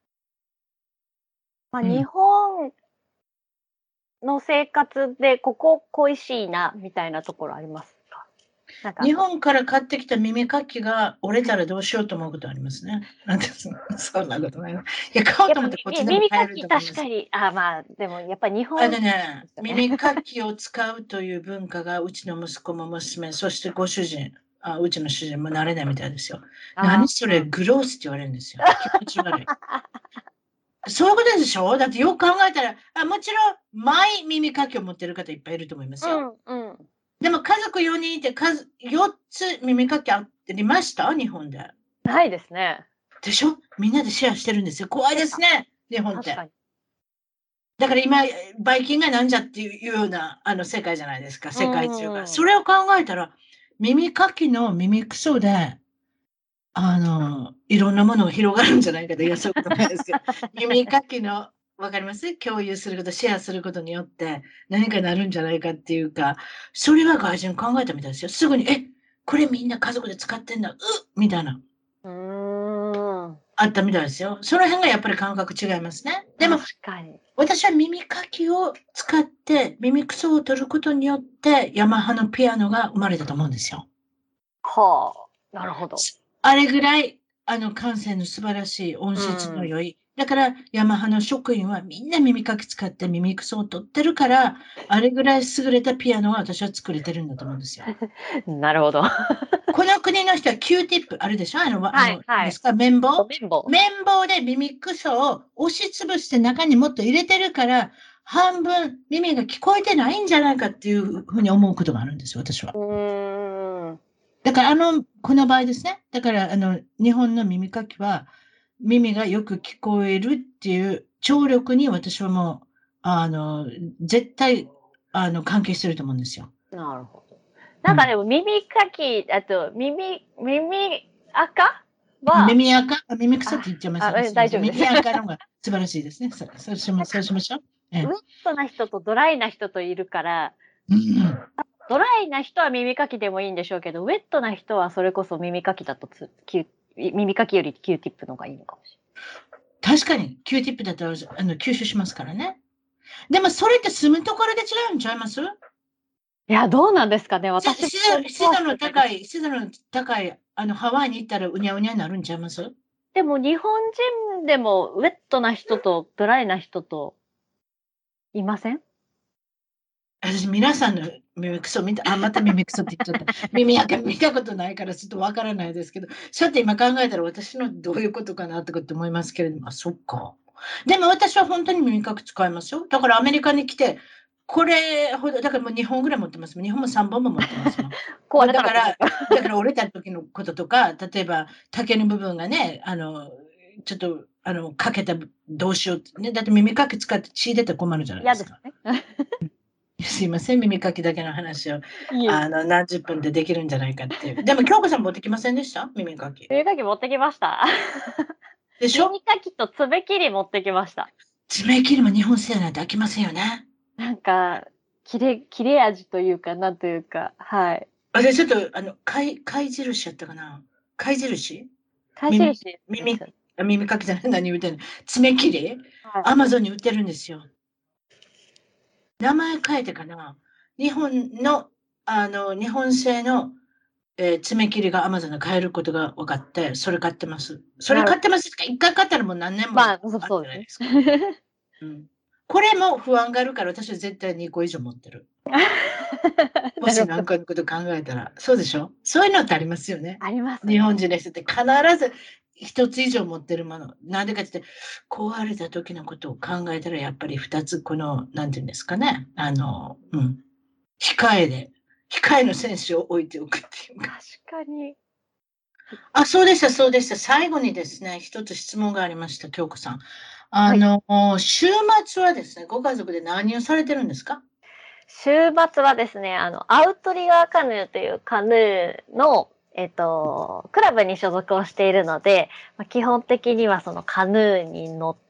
[SPEAKER 2] まあ、
[SPEAKER 3] うん
[SPEAKER 2] 日本の生活でここ恋しいな、みたいなところありますか？なんか、
[SPEAKER 3] 日本から買ってきた耳かきが折れたらどうしようと思うことありますね。なんでそそんなことない。いや、買おう
[SPEAKER 2] やっぱ
[SPEAKER 3] と思ってこっち
[SPEAKER 2] み
[SPEAKER 3] でも買え
[SPEAKER 2] 耳かき
[SPEAKER 3] ると思います。
[SPEAKER 2] 確かに、あ、まあ、でもやっぱ日
[SPEAKER 3] あ
[SPEAKER 2] 本
[SPEAKER 3] のね、
[SPEAKER 2] ですよね。
[SPEAKER 3] 耳かきを使うという文化がうちの息子も娘、そしてご主人、あうちの主人も慣れないみたいですよ。何
[SPEAKER 2] あ
[SPEAKER 3] それ、グロースって言われるんですよ。気持ち悪い。そういうことでしょ？だってよく考えたら、あもちろん、マイ耳かきを持ってる方いっぱいいると思いますよ。
[SPEAKER 2] うんうん。
[SPEAKER 3] でも家族よにんいて数よっつ耳かきありました日本で。
[SPEAKER 2] ないですね。
[SPEAKER 3] でしょ？みんなでシェアしてるんですよ。怖いですね、日本って。
[SPEAKER 2] 確かに。
[SPEAKER 3] だから今、バイキンがなんじゃっていうようなあの世界じゃないですか、世界中が。
[SPEAKER 2] うん
[SPEAKER 3] それを考えたら、耳かきの耳くそで、あの、いろんなものが広がるんじゃないかと、いや、そういうことないですけど、耳かきの、わかります共有すること、シェアすることによって何かなるんじゃないかっていうか、それは外人考えたみたいですよ。すぐに、え、これみんな家族で使ってんだ、うみたいな、
[SPEAKER 2] うーん。
[SPEAKER 3] あったみたいですよ。その辺がやっぱり感覚違いますね。でも、
[SPEAKER 2] 確かに。
[SPEAKER 3] 私は耳かきを使って耳くそを取ることによってヤマハのピアノが生まれたと思うんですよ。
[SPEAKER 2] はあ、なるほど。
[SPEAKER 3] あれぐらいあの感性の素晴らしい音質の良い。だからヤマハの職員はみんな耳かき使って耳くそを取ってるから、あれぐらい優れたピアノが私は作れてるんだと思うんですよ。
[SPEAKER 2] なるほど。
[SPEAKER 3] この国の人は Q ティップあるでしょあの、あの、
[SPEAKER 2] はいはい
[SPEAKER 3] ですか綿棒
[SPEAKER 2] 綿棒。
[SPEAKER 3] 綿棒で耳くそを押しつぶして中にもっと入れてるから、半分耳が聞こえてないんじゃないかっていうふうに思うことがあるんですよ、私は。
[SPEAKER 2] うーん。
[SPEAKER 3] だから、あの、この場合ですね。だから、あの、日本の耳かきは、耳がよく聞こえるっていう聴力に私はもう、あの、絶対、あの、関係してると思うんですよ。
[SPEAKER 2] なるほど。なんかでも耳かき、あと耳、耳赤は、
[SPEAKER 3] 耳垢あ耳くそって言っちゃいました
[SPEAKER 2] あ
[SPEAKER 3] ね。
[SPEAKER 2] あ大丈夫です
[SPEAKER 3] 耳垢の方が素晴らしいですね。そそうしまそうしましょう。ええ
[SPEAKER 2] ウェットな人とドライな人といるから、
[SPEAKER 3] うんうん
[SPEAKER 2] ドライな人は耳かきでもいいんでしょうけど、ウェットな人はそれこそ耳かきだとつ、キュ耳かきより Q ティップの方がいいのかもし
[SPEAKER 3] 確かに、Q ティップだとあの吸収しますからね。でも、それって住むところで違うんちゃいます？
[SPEAKER 2] れない。いや、どうなんですかね、私。
[SPEAKER 3] 湿度湿度の高い、湿度の高い、あの、ハワイに行ったらうにゃうにゃになるんちゃいます？
[SPEAKER 2] でも日本人でもウェットな人とドライな人といません？
[SPEAKER 3] 私、皆さんの耳くそ見た、あ、また耳くそって言っちゃった。耳垢見たことないからちょっとわからないですけど、そうやって今考えたら私のどういうことかなとかって思いますけれども、あ、そっか。でも私は本当に耳かき使いますよ。だからアメリカに来て、 これほど、だからもうにほんぐらい持ってます。日本もさんぼんも持ってますもん。
[SPEAKER 2] 壊れた
[SPEAKER 3] だから、
[SPEAKER 2] ら困る。
[SPEAKER 3] だから折れた時のこととか、例えば竹の部分がね、あの、ちょっと、あの、かけた、どうしようってね。だって耳かき使って血出て困るじゃないですか。
[SPEAKER 2] 嫌ですね。
[SPEAKER 3] すいません、耳かきだけの話を、
[SPEAKER 2] いえ。
[SPEAKER 3] あの、何十分でできるんじゃないかっていう。でも、京子さん持ってきませんでした耳かき。
[SPEAKER 2] 耳かき持ってきました。
[SPEAKER 3] でしょ
[SPEAKER 2] 耳かきと爪切り持ってきました。
[SPEAKER 3] 爪切りも日本製やないと飽きませんよね。
[SPEAKER 2] なんか、切れ、切れ味というか、なんというか、はい。
[SPEAKER 3] あれ、ちょっと、あの、貝、貝印やったかな貝印
[SPEAKER 2] 貝
[SPEAKER 3] 耳、
[SPEAKER 2] 印です
[SPEAKER 3] 耳
[SPEAKER 2] よね。、
[SPEAKER 3] あ耳かきじゃない、何言うてんの。爪切り
[SPEAKER 2] はい。
[SPEAKER 3] アマゾンに売ってるんですよ。名前変えてかな日本の、あの、日本製の、えー爪切りがアマゾンで買えることが分かって、それ買ってます。それ
[SPEAKER 2] なる
[SPEAKER 3] 買ってますか一回買ったらもう何年も
[SPEAKER 2] まあ、そう
[SPEAKER 3] ある
[SPEAKER 2] そうで
[SPEAKER 3] じゃないですか。
[SPEAKER 2] すね。
[SPEAKER 3] うん。これも不安があるから私は絶対にこ以上持ってる。もし
[SPEAKER 2] なるほど。
[SPEAKER 3] 何かのこと考えたら。そうでしょそういうのってありますよね。
[SPEAKER 2] ありますね。
[SPEAKER 3] 日本人の人って必ず一つ以上持ってるもの。なんでかって言って、壊れた時のことを考えたらやっぱり二つこの、なんていうんですかね。あの、うん。控えで、控えの選手を置いておくっていうか。
[SPEAKER 2] 確かに。
[SPEAKER 3] あ、そうでした、そうでした。最後にですね、一つ質問がありました、京子さん。あ
[SPEAKER 2] はい。
[SPEAKER 3] の、週末はですね、ご家族で何をされてるんですか
[SPEAKER 2] 週末はですね、あの、アウトリガーカヌーというカヌーの、えっと、クラブに所属をしているので、まあ、基本的にはそのカヌーに乗って、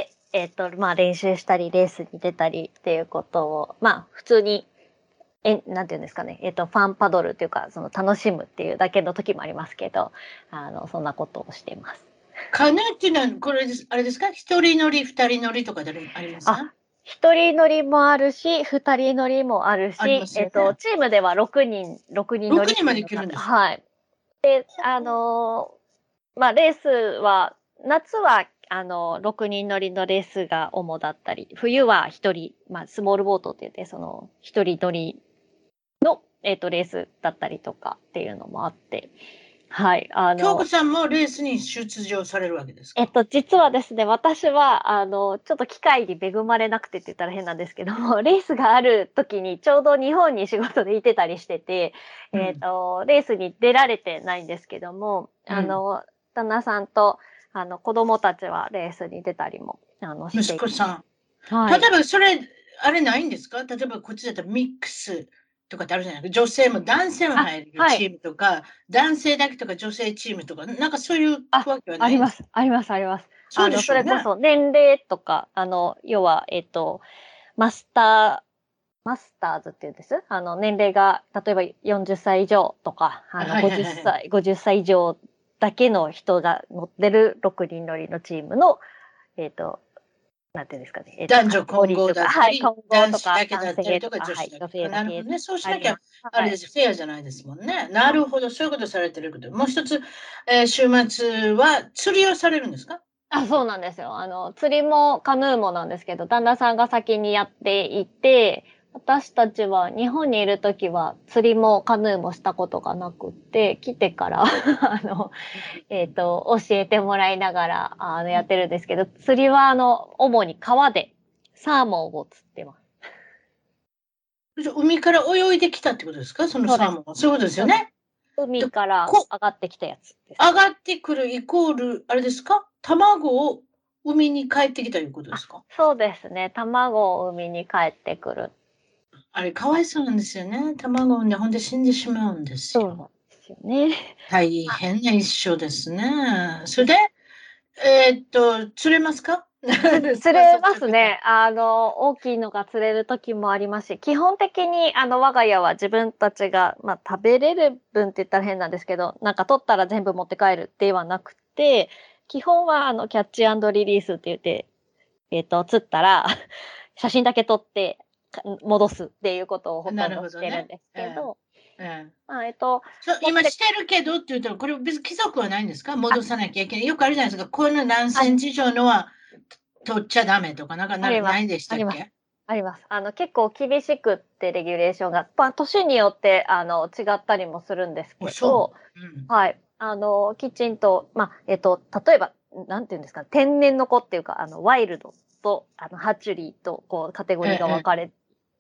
[SPEAKER 2] えっと、まあ練習したり、レースに出たりっていうことを、まあ普通に、え、なんていうんですかね、えっと、ファンパドルっていうか、その楽しむっていうだけの時もありますけど、あの、そんなことをしています。
[SPEAKER 3] カヌーっていうのは、これです、あれですか一人乗り、二人乗りとかであります
[SPEAKER 2] あ、一人乗りもあるし、二人乗りもある
[SPEAKER 3] ありま
[SPEAKER 2] し、
[SPEAKER 3] すよね。
[SPEAKER 2] えっと、チームではろくにん、ろくにん乗
[SPEAKER 3] 6
[SPEAKER 2] りっ
[SPEAKER 3] 人まで
[SPEAKER 2] ていうのが、
[SPEAKER 3] 行けるんですか
[SPEAKER 2] はい。あのーまあ、レースは、夏は、あの、ろくにん乗りのレースが主だったり、冬はひとり、まあ、スモールボートって言って、その、ひとり乗りの、えっと、レースだったりとかっていうのもあって、はい、あの、
[SPEAKER 3] 京子さんもレースに出場されるわけですか
[SPEAKER 2] えっと、実はですね、私は、あの、ちょっと機会に恵まれなくてって言ったら変なんですけども、レースがある時にちょうど日本に仕事でいてたりしてて、えっ
[SPEAKER 3] うん。
[SPEAKER 2] と、レースに出られてないんですけども、
[SPEAKER 3] うん。
[SPEAKER 2] あの、旦那さんと、あの、子供たちはレースに出たりも、あの、していて。
[SPEAKER 3] 息子さん。
[SPEAKER 2] はい。
[SPEAKER 3] 例えばそれ、あれないんですか例えばこっちだったらミックスとかってあるじゃないですか。女性も男性も
[SPEAKER 2] あ、
[SPEAKER 3] 入れる
[SPEAKER 2] はい。
[SPEAKER 3] チームとか、男性だけとか女性チームとか、なんかそういう
[SPEAKER 2] あ、
[SPEAKER 3] わけはないんですか
[SPEAKER 2] あります。あります、あります。
[SPEAKER 3] そう
[SPEAKER 2] あの、
[SPEAKER 3] でしょうね。
[SPEAKER 2] それこそ年齢とか、あの、要は、えっと、マスター、マスターズって言うんです。あの、年齢が、例えばよんじゅっさい以上とか、あの、
[SPEAKER 3] はいはい
[SPEAKER 2] 50
[SPEAKER 3] はいはい。
[SPEAKER 2] 歳、ごじゅっさい以上だけの人が乗ってるろくにん乗りのチームの、えっと、なんていうんですかね、えっと、
[SPEAKER 3] 男
[SPEAKER 2] カテ
[SPEAKER 3] 女混合
[SPEAKER 2] ゴリーとか、はい、
[SPEAKER 3] だったり、
[SPEAKER 2] 混合とか、
[SPEAKER 3] 男子だけ
[SPEAKER 2] 男
[SPEAKER 3] だったりとか、
[SPEAKER 2] 性とか、はい、
[SPEAKER 3] 女子だけとか。
[SPEAKER 2] 女性だけ
[SPEAKER 3] なるほどね。そうしなきゃ、
[SPEAKER 2] あります。はい。
[SPEAKER 3] あれです。フェアじゃないですもんね。なるほど。そういうことされてるけど。もう一つ、えー週末は釣りをされるんですか
[SPEAKER 2] あ、そうなんですよ。あの、釣りもカヌーもなんですけど、旦那さんが先にやっていて、私たちは日本にいるときは釣りもカヌーもしたことがなくって、来てからあの、えっと、教えてもらいながら、あの、やってるんですけど、釣りはあの、主に川でサーモンを釣ってます。
[SPEAKER 3] じゃあ海から泳いできたってことですかその
[SPEAKER 2] そうです。
[SPEAKER 3] サーモンは。そういうことですよ
[SPEAKER 2] そうです。
[SPEAKER 3] ね。で、
[SPEAKER 2] 海から
[SPEAKER 3] こ、
[SPEAKER 2] 上がってきたやつですね。
[SPEAKER 3] 上がってくるイコール、あれですか卵を海に帰ってきたということで
[SPEAKER 2] あ、
[SPEAKER 3] すか
[SPEAKER 2] そうですね。卵を海に帰ってくる。
[SPEAKER 3] あれ、かわいそうなんですよね。卵を産んで、ほんで死んでしまうんです
[SPEAKER 2] そうなん
[SPEAKER 3] よ。
[SPEAKER 2] ですよね。
[SPEAKER 3] 大変な一生ですね。それで、えーっと、釣れますか
[SPEAKER 2] つ
[SPEAKER 3] ですか、
[SPEAKER 2] 釣れ
[SPEAKER 3] 率直に。
[SPEAKER 2] ますね。あの、大きいのが釣れる時もありますし、基本的に、あの、我が家は自分たちが、まあ、食べれる分って言ったら変なんですけど、なんか取ったら全部持って帰るではなくて、基本は、あの、キャッチアンドリリースって言って、えっと、釣ったら、写真だけ撮って、か戻すっていうことをほ
[SPEAKER 3] な
[SPEAKER 2] とんど
[SPEAKER 3] るほどね。
[SPEAKER 2] してるんですけ
[SPEAKER 3] え
[SPEAKER 2] ど、
[SPEAKER 3] えええ
[SPEAKER 2] まあ、えっと、
[SPEAKER 3] そう、
[SPEAKER 2] 持って、
[SPEAKER 3] 今してるけどって言うと、これ別に規則はないんですか戻さなきゃいけない。よくあるじゃないですか。こういうの何
[SPEAKER 2] あ、
[SPEAKER 3] センチ以上のは取っちゃダメとか、なんかな、
[SPEAKER 2] あります。
[SPEAKER 3] ないでし
[SPEAKER 2] あります。
[SPEAKER 3] たっけ
[SPEAKER 2] あります。あの、結構厳しくってレギュレーションが、まあ、年によって、あの、違ったりもするんです
[SPEAKER 3] お、
[SPEAKER 2] けど、
[SPEAKER 3] そう。うん。
[SPEAKER 2] はい。あの、きちんと、まあ、えっと、例えば、なんていうんですか、天然の子っていうか、あの、ワイルドと、あの、ハチュリーと、こう、カテゴリーが分
[SPEAKER 3] ええ、
[SPEAKER 2] かれ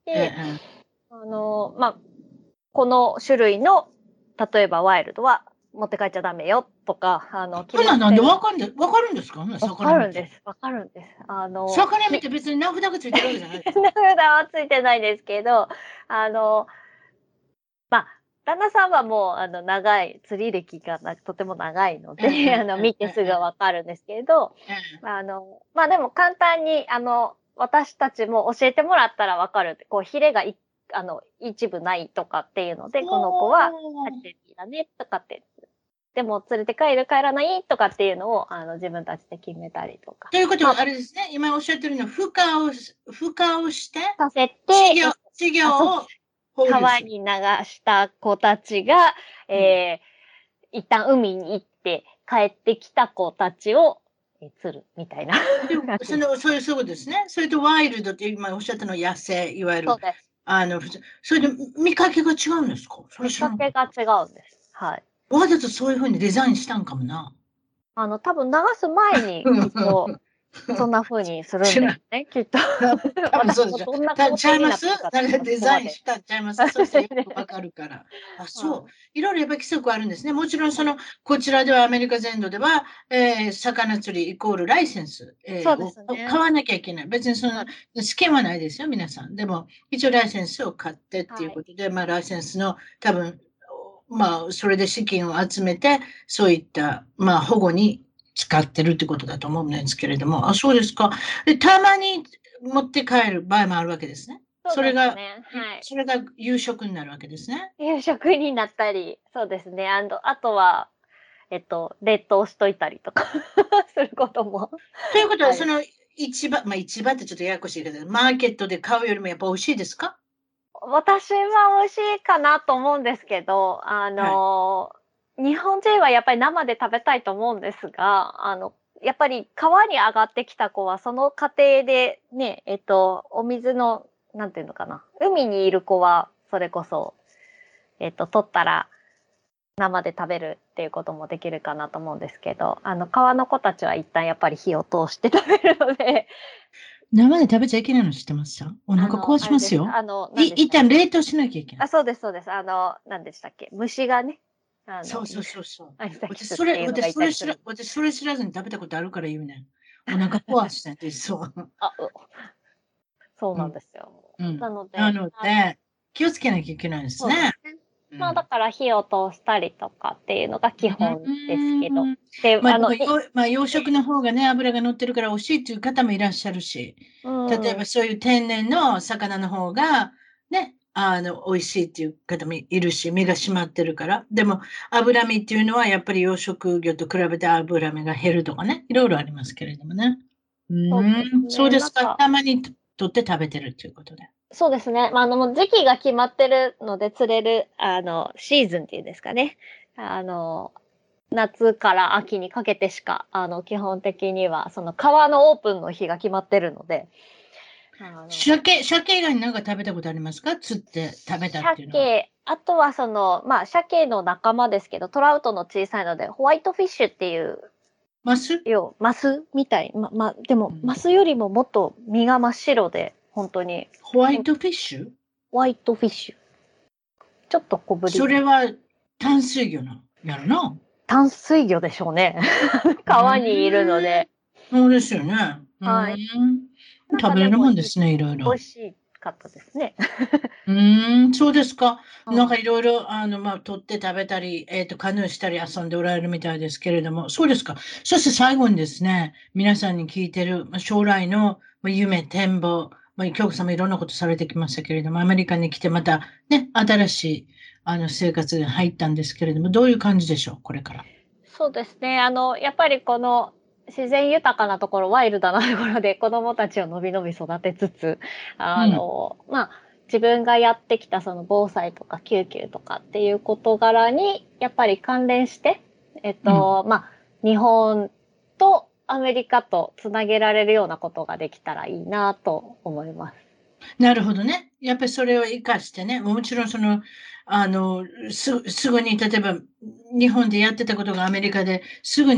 [SPEAKER 2] で、
[SPEAKER 3] ええ
[SPEAKER 2] あの、まあ、この種類の、例えばワイルドは持って帰っちゃダメよとか、あの、決
[SPEAKER 3] ほな、なんで
[SPEAKER 2] めてる。
[SPEAKER 3] わかるんで、わかるんですか？ほな、
[SPEAKER 2] わ
[SPEAKER 3] 魚見て。
[SPEAKER 2] かるんです。わかるんです。あの、
[SPEAKER 3] 魚見
[SPEAKER 2] ひ
[SPEAKER 3] て別に名札がついてるわけじゃないです
[SPEAKER 2] 名
[SPEAKER 3] か。
[SPEAKER 2] 札はついてないですけど、あの、まあ、旦那さんはもう、あの、長い、釣り歴がなとても長いので、
[SPEAKER 3] ええ
[SPEAKER 2] あの、見てすぐわかるんですけど、
[SPEAKER 3] ええ
[SPEAKER 2] あの、まあでも簡単に、あの、私たちも教えてもらったらわかるって、こう、ヒレがい、あの、一部ないとかっていうので、この子は、
[SPEAKER 3] おー
[SPEAKER 2] 初めてだね、とかって、でも連れて帰る、帰らないとかっていうのを、あの、自分たちで決めたりとか。
[SPEAKER 3] ということは、
[SPEAKER 2] まあ、
[SPEAKER 3] あれですね、今おっしゃってるのは、孵化をし、孵化をして、
[SPEAKER 2] させて、
[SPEAKER 3] 稚魚
[SPEAKER 2] え、
[SPEAKER 3] 稚
[SPEAKER 2] あ、そう、
[SPEAKER 3] 魚を放流する。
[SPEAKER 2] 川に流した子たちが、
[SPEAKER 3] うん
[SPEAKER 2] えー、一旦海に行って帰ってきた子たちを、えー釣るみたいな
[SPEAKER 3] で
[SPEAKER 2] 感じ。
[SPEAKER 3] その、そういう、そういうことですね。それとワイルドって今おっしゃったのは野生、いわゆる、
[SPEAKER 2] そうです。
[SPEAKER 3] あの、普通それで見かけが違うんですか？それ
[SPEAKER 2] 見
[SPEAKER 3] 知らなかった。
[SPEAKER 2] かけが違うんです。はい。
[SPEAKER 3] わざとそういうふうにデザインしたんかもな。
[SPEAKER 2] あの、多分流す前にきっと、そんな風にするん
[SPEAKER 3] 知らん。
[SPEAKER 2] ですね、きっと。
[SPEAKER 3] た多分そうでしょ。
[SPEAKER 2] 私もどんな
[SPEAKER 3] た
[SPEAKER 2] 工程に
[SPEAKER 3] ちゃいます
[SPEAKER 2] なってるかって、
[SPEAKER 3] なんか
[SPEAKER 2] そこまで。
[SPEAKER 3] デザインしたんちゃいますそしたらよくわかるから。あ、そう。
[SPEAKER 2] はい。
[SPEAKER 3] いろいろやっぱ規則あるんですね。もちろんそ
[SPEAKER 2] そう
[SPEAKER 3] の、こちらではアメリカ全土では、えー魚釣りイコールライセンス、え
[SPEAKER 2] そうで
[SPEAKER 3] ーを
[SPEAKER 2] すね。
[SPEAKER 3] 買わなきゃいけない。別にその、
[SPEAKER 2] はい。
[SPEAKER 3] 試験はないですよ、皆さん。でも、一応ライセンスを買ってっていう
[SPEAKER 2] はい。
[SPEAKER 3] ことで、まあライセンスの多分、まあ、それで資金を集めて、そういった、まあ、保護に使ってるってことだと思うんですけれども、あ、そうですか。で、たまに持って帰る場合もあるわけですね。
[SPEAKER 2] そう
[SPEAKER 3] それが、
[SPEAKER 2] ですね。はい。
[SPEAKER 3] それが夕食になるわけですね。
[SPEAKER 2] 夕食になったり、そうですね。あの、あとは、えっと、冷凍しといたりとかすることも
[SPEAKER 3] ということは、
[SPEAKER 2] ある。
[SPEAKER 3] その市場、まあ市場ってちょっとややこしいけど、マーケットで買うよりもやっぱ美味しいですか？
[SPEAKER 2] 私は美味しいかなと思うんですけど、あ
[SPEAKER 3] はい。
[SPEAKER 2] の、日本人はやっぱり生で食べたいと思うんですが、あの、やっぱり川に上がってきた子はその過程でね、えっと、お水の、なんていうのかな、海にいる子はそれこそ、えっと、取ったら生で食べるっていうこともできるかなと思うんですけど、あの、川の子たちは一旦やっぱり火を通して食べるので、
[SPEAKER 3] 生で食べちゃいけないの知ってますか？お
[SPEAKER 2] あの、
[SPEAKER 3] 腹壊
[SPEAKER 2] あれです。
[SPEAKER 3] しますよ。
[SPEAKER 2] あの、
[SPEAKER 3] い、
[SPEAKER 2] 何でしたっけ。
[SPEAKER 3] 一旦冷凍しなきゃいけな
[SPEAKER 2] あ、
[SPEAKER 3] い。
[SPEAKER 2] そうです、そうです。あの、何でしたっけ。虫がね、あの、
[SPEAKER 3] そうそうそうそう。
[SPEAKER 2] アニサキ
[SPEAKER 3] 私、それ、
[SPEAKER 2] スっていうのが
[SPEAKER 3] 私、
[SPEAKER 2] いたりする。
[SPEAKER 3] それ知ら、私、それ知らずに食べたことあるから言うねん。お腹壊したんで、そう。
[SPEAKER 2] あ、うそうなん
[SPEAKER 3] うん。
[SPEAKER 2] ですよ。
[SPEAKER 3] うん。
[SPEAKER 2] なので、
[SPEAKER 3] なの
[SPEAKER 2] あの、
[SPEAKER 3] で、気をつけなきゃいけないです
[SPEAKER 2] そうです
[SPEAKER 3] ね。
[SPEAKER 2] ね。まあ、だ
[SPEAKER 3] うん。
[SPEAKER 2] から火を通したりとかっていうのが基
[SPEAKER 3] う
[SPEAKER 2] 本ですけど。
[SPEAKER 3] ーん。
[SPEAKER 2] で、
[SPEAKER 3] まあ、
[SPEAKER 2] あの、
[SPEAKER 3] でも、
[SPEAKER 2] い
[SPEAKER 3] よ、まあ、養殖の方がね、脂が乗ってるから美味しいっていう方もいらっしゃるし、
[SPEAKER 2] う
[SPEAKER 3] 例えば
[SPEAKER 2] ん、
[SPEAKER 3] そういう天然の魚の方が、ね、あの、美味しいっていう方もいるし、身が締まってるから。でも、脂身っていうのはやっぱり養殖魚と比べて脂身が減るとかね、いろいろありますけれどもね。う
[SPEAKER 2] そうで
[SPEAKER 3] ーん、そう
[SPEAKER 2] すね。
[SPEAKER 3] ですか。
[SPEAKER 2] なんか、
[SPEAKER 3] たまに取って食べてるっていうことで。
[SPEAKER 2] そうですね。まあ、あの、もう時期が決まってるので釣れる、あの、シーズンっていうんですかね。あの、夏から秋にかけてしか、あの、基本的には、その川のオープンの日が決まってるので、あの、
[SPEAKER 3] 鮭、鮭以外に何か食べたことありますか？釣って食べたっていうのは。
[SPEAKER 2] 鮭、あとはその、まあ、鮭の仲間ですけど、トラウトの小さいので、ホワイトフィッシュっていう、
[SPEAKER 3] マス
[SPEAKER 2] 要、マスみたい。ま、ま、でも、
[SPEAKER 3] うん
[SPEAKER 2] マスよりももっと身が真っ白で、本当に、
[SPEAKER 3] ホワイトフィッシュ
[SPEAKER 2] ホワイトフィッシュ。ちょっと小ぶり。
[SPEAKER 3] それは淡水魚のやるな。
[SPEAKER 2] 淡水魚でしょうね。
[SPEAKER 3] うー
[SPEAKER 2] 川にいるの
[SPEAKER 3] ん。
[SPEAKER 2] で。
[SPEAKER 3] そうですよね。うー
[SPEAKER 2] はい。
[SPEAKER 3] ん。
[SPEAKER 2] なんか
[SPEAKER 3] 食べれる
[SPEAKER 2] でもいい、
[SPEAKER 3] もんですね、いろいろ。
[SPEAKER 2] 美味しかったですね。
[SPEAKER 3] うーん、そうですか。なんか
[SPEAKER 2] はい。
[SPEAKER 3] いろいろ、あの、まあ、取って食べたり、えっと、カヌーしたり遊んでおられるみたいですけれども、そうですか。そして最後にですね、皆さんに聞いてる、まあ、将来のまあ夢、展望、まあ、京子さんもいろんなことされてきましたけれども、アメリカに来てまたね、新しい、あの、生活に入ったんですけれども、どういう感じでしょう、これから。
[SPEAKER 2] そうですね。あの、やっぱりこの自然豊かなところ、ワイルドなところで子供たちをのびのび育てつつ、あ
[SPEAKER 3] うん。
[SPEAKER 2] の、まあ、自分がやってきたその防災とか救急とかっていう事柄に、やっぱり関連して、えっ
[SPEAKER 3] うん。
[SPEAKER 2] と、まあ、日本とアメリカとつなげられるようなことができたらいいなと思います。
[SPEAKER 3] なるほどね。やっぱりそれを活かしてね、もちろんその、あの、す、すぐに、例えば、日本でやってたことがアメリカですぐに、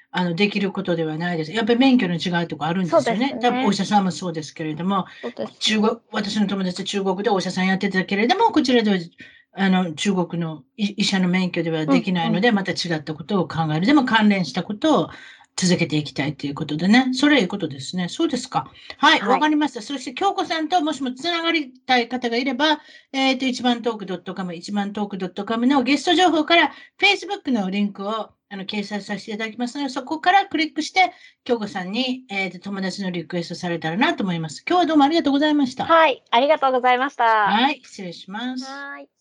[SPEAKER 3] あの、できることではないです。やっぱり免許の違いとかあるんですよね。
[SPEAKER 2] そうですね
[SPEAKER 3] 多分お医者さんもそうですけれども、
[SPEAKER 2] そうですね
[SPEAKER 3] 中国、私の友達は中国でお医者さんやってたけれども、こちらでは、あの、中国の医医者の免許ではできないので、また違ったことを考える。でも関連したことを続けていきたいということでね。それはいいことですね。そうですか。はい、わ、
[SPEAKER 2] はい
[SPEAKER 3] かりました。そして、京子さんともしもつながりたい方がいれば、えっ、と、一番トーク .com、一番トーク .com のゲスト情報から、Facebook のリンクをあの掲載させていただきますので、そこからクリックして、京子さんに、えーと、友達のリクエストされたらなと思います。今日はどうもありがとうございました。
[SPEAKER 2] はい、ありがとうございました。
[SPEAKER 3] はい、失礼します。
[SPEAKER 2] はい。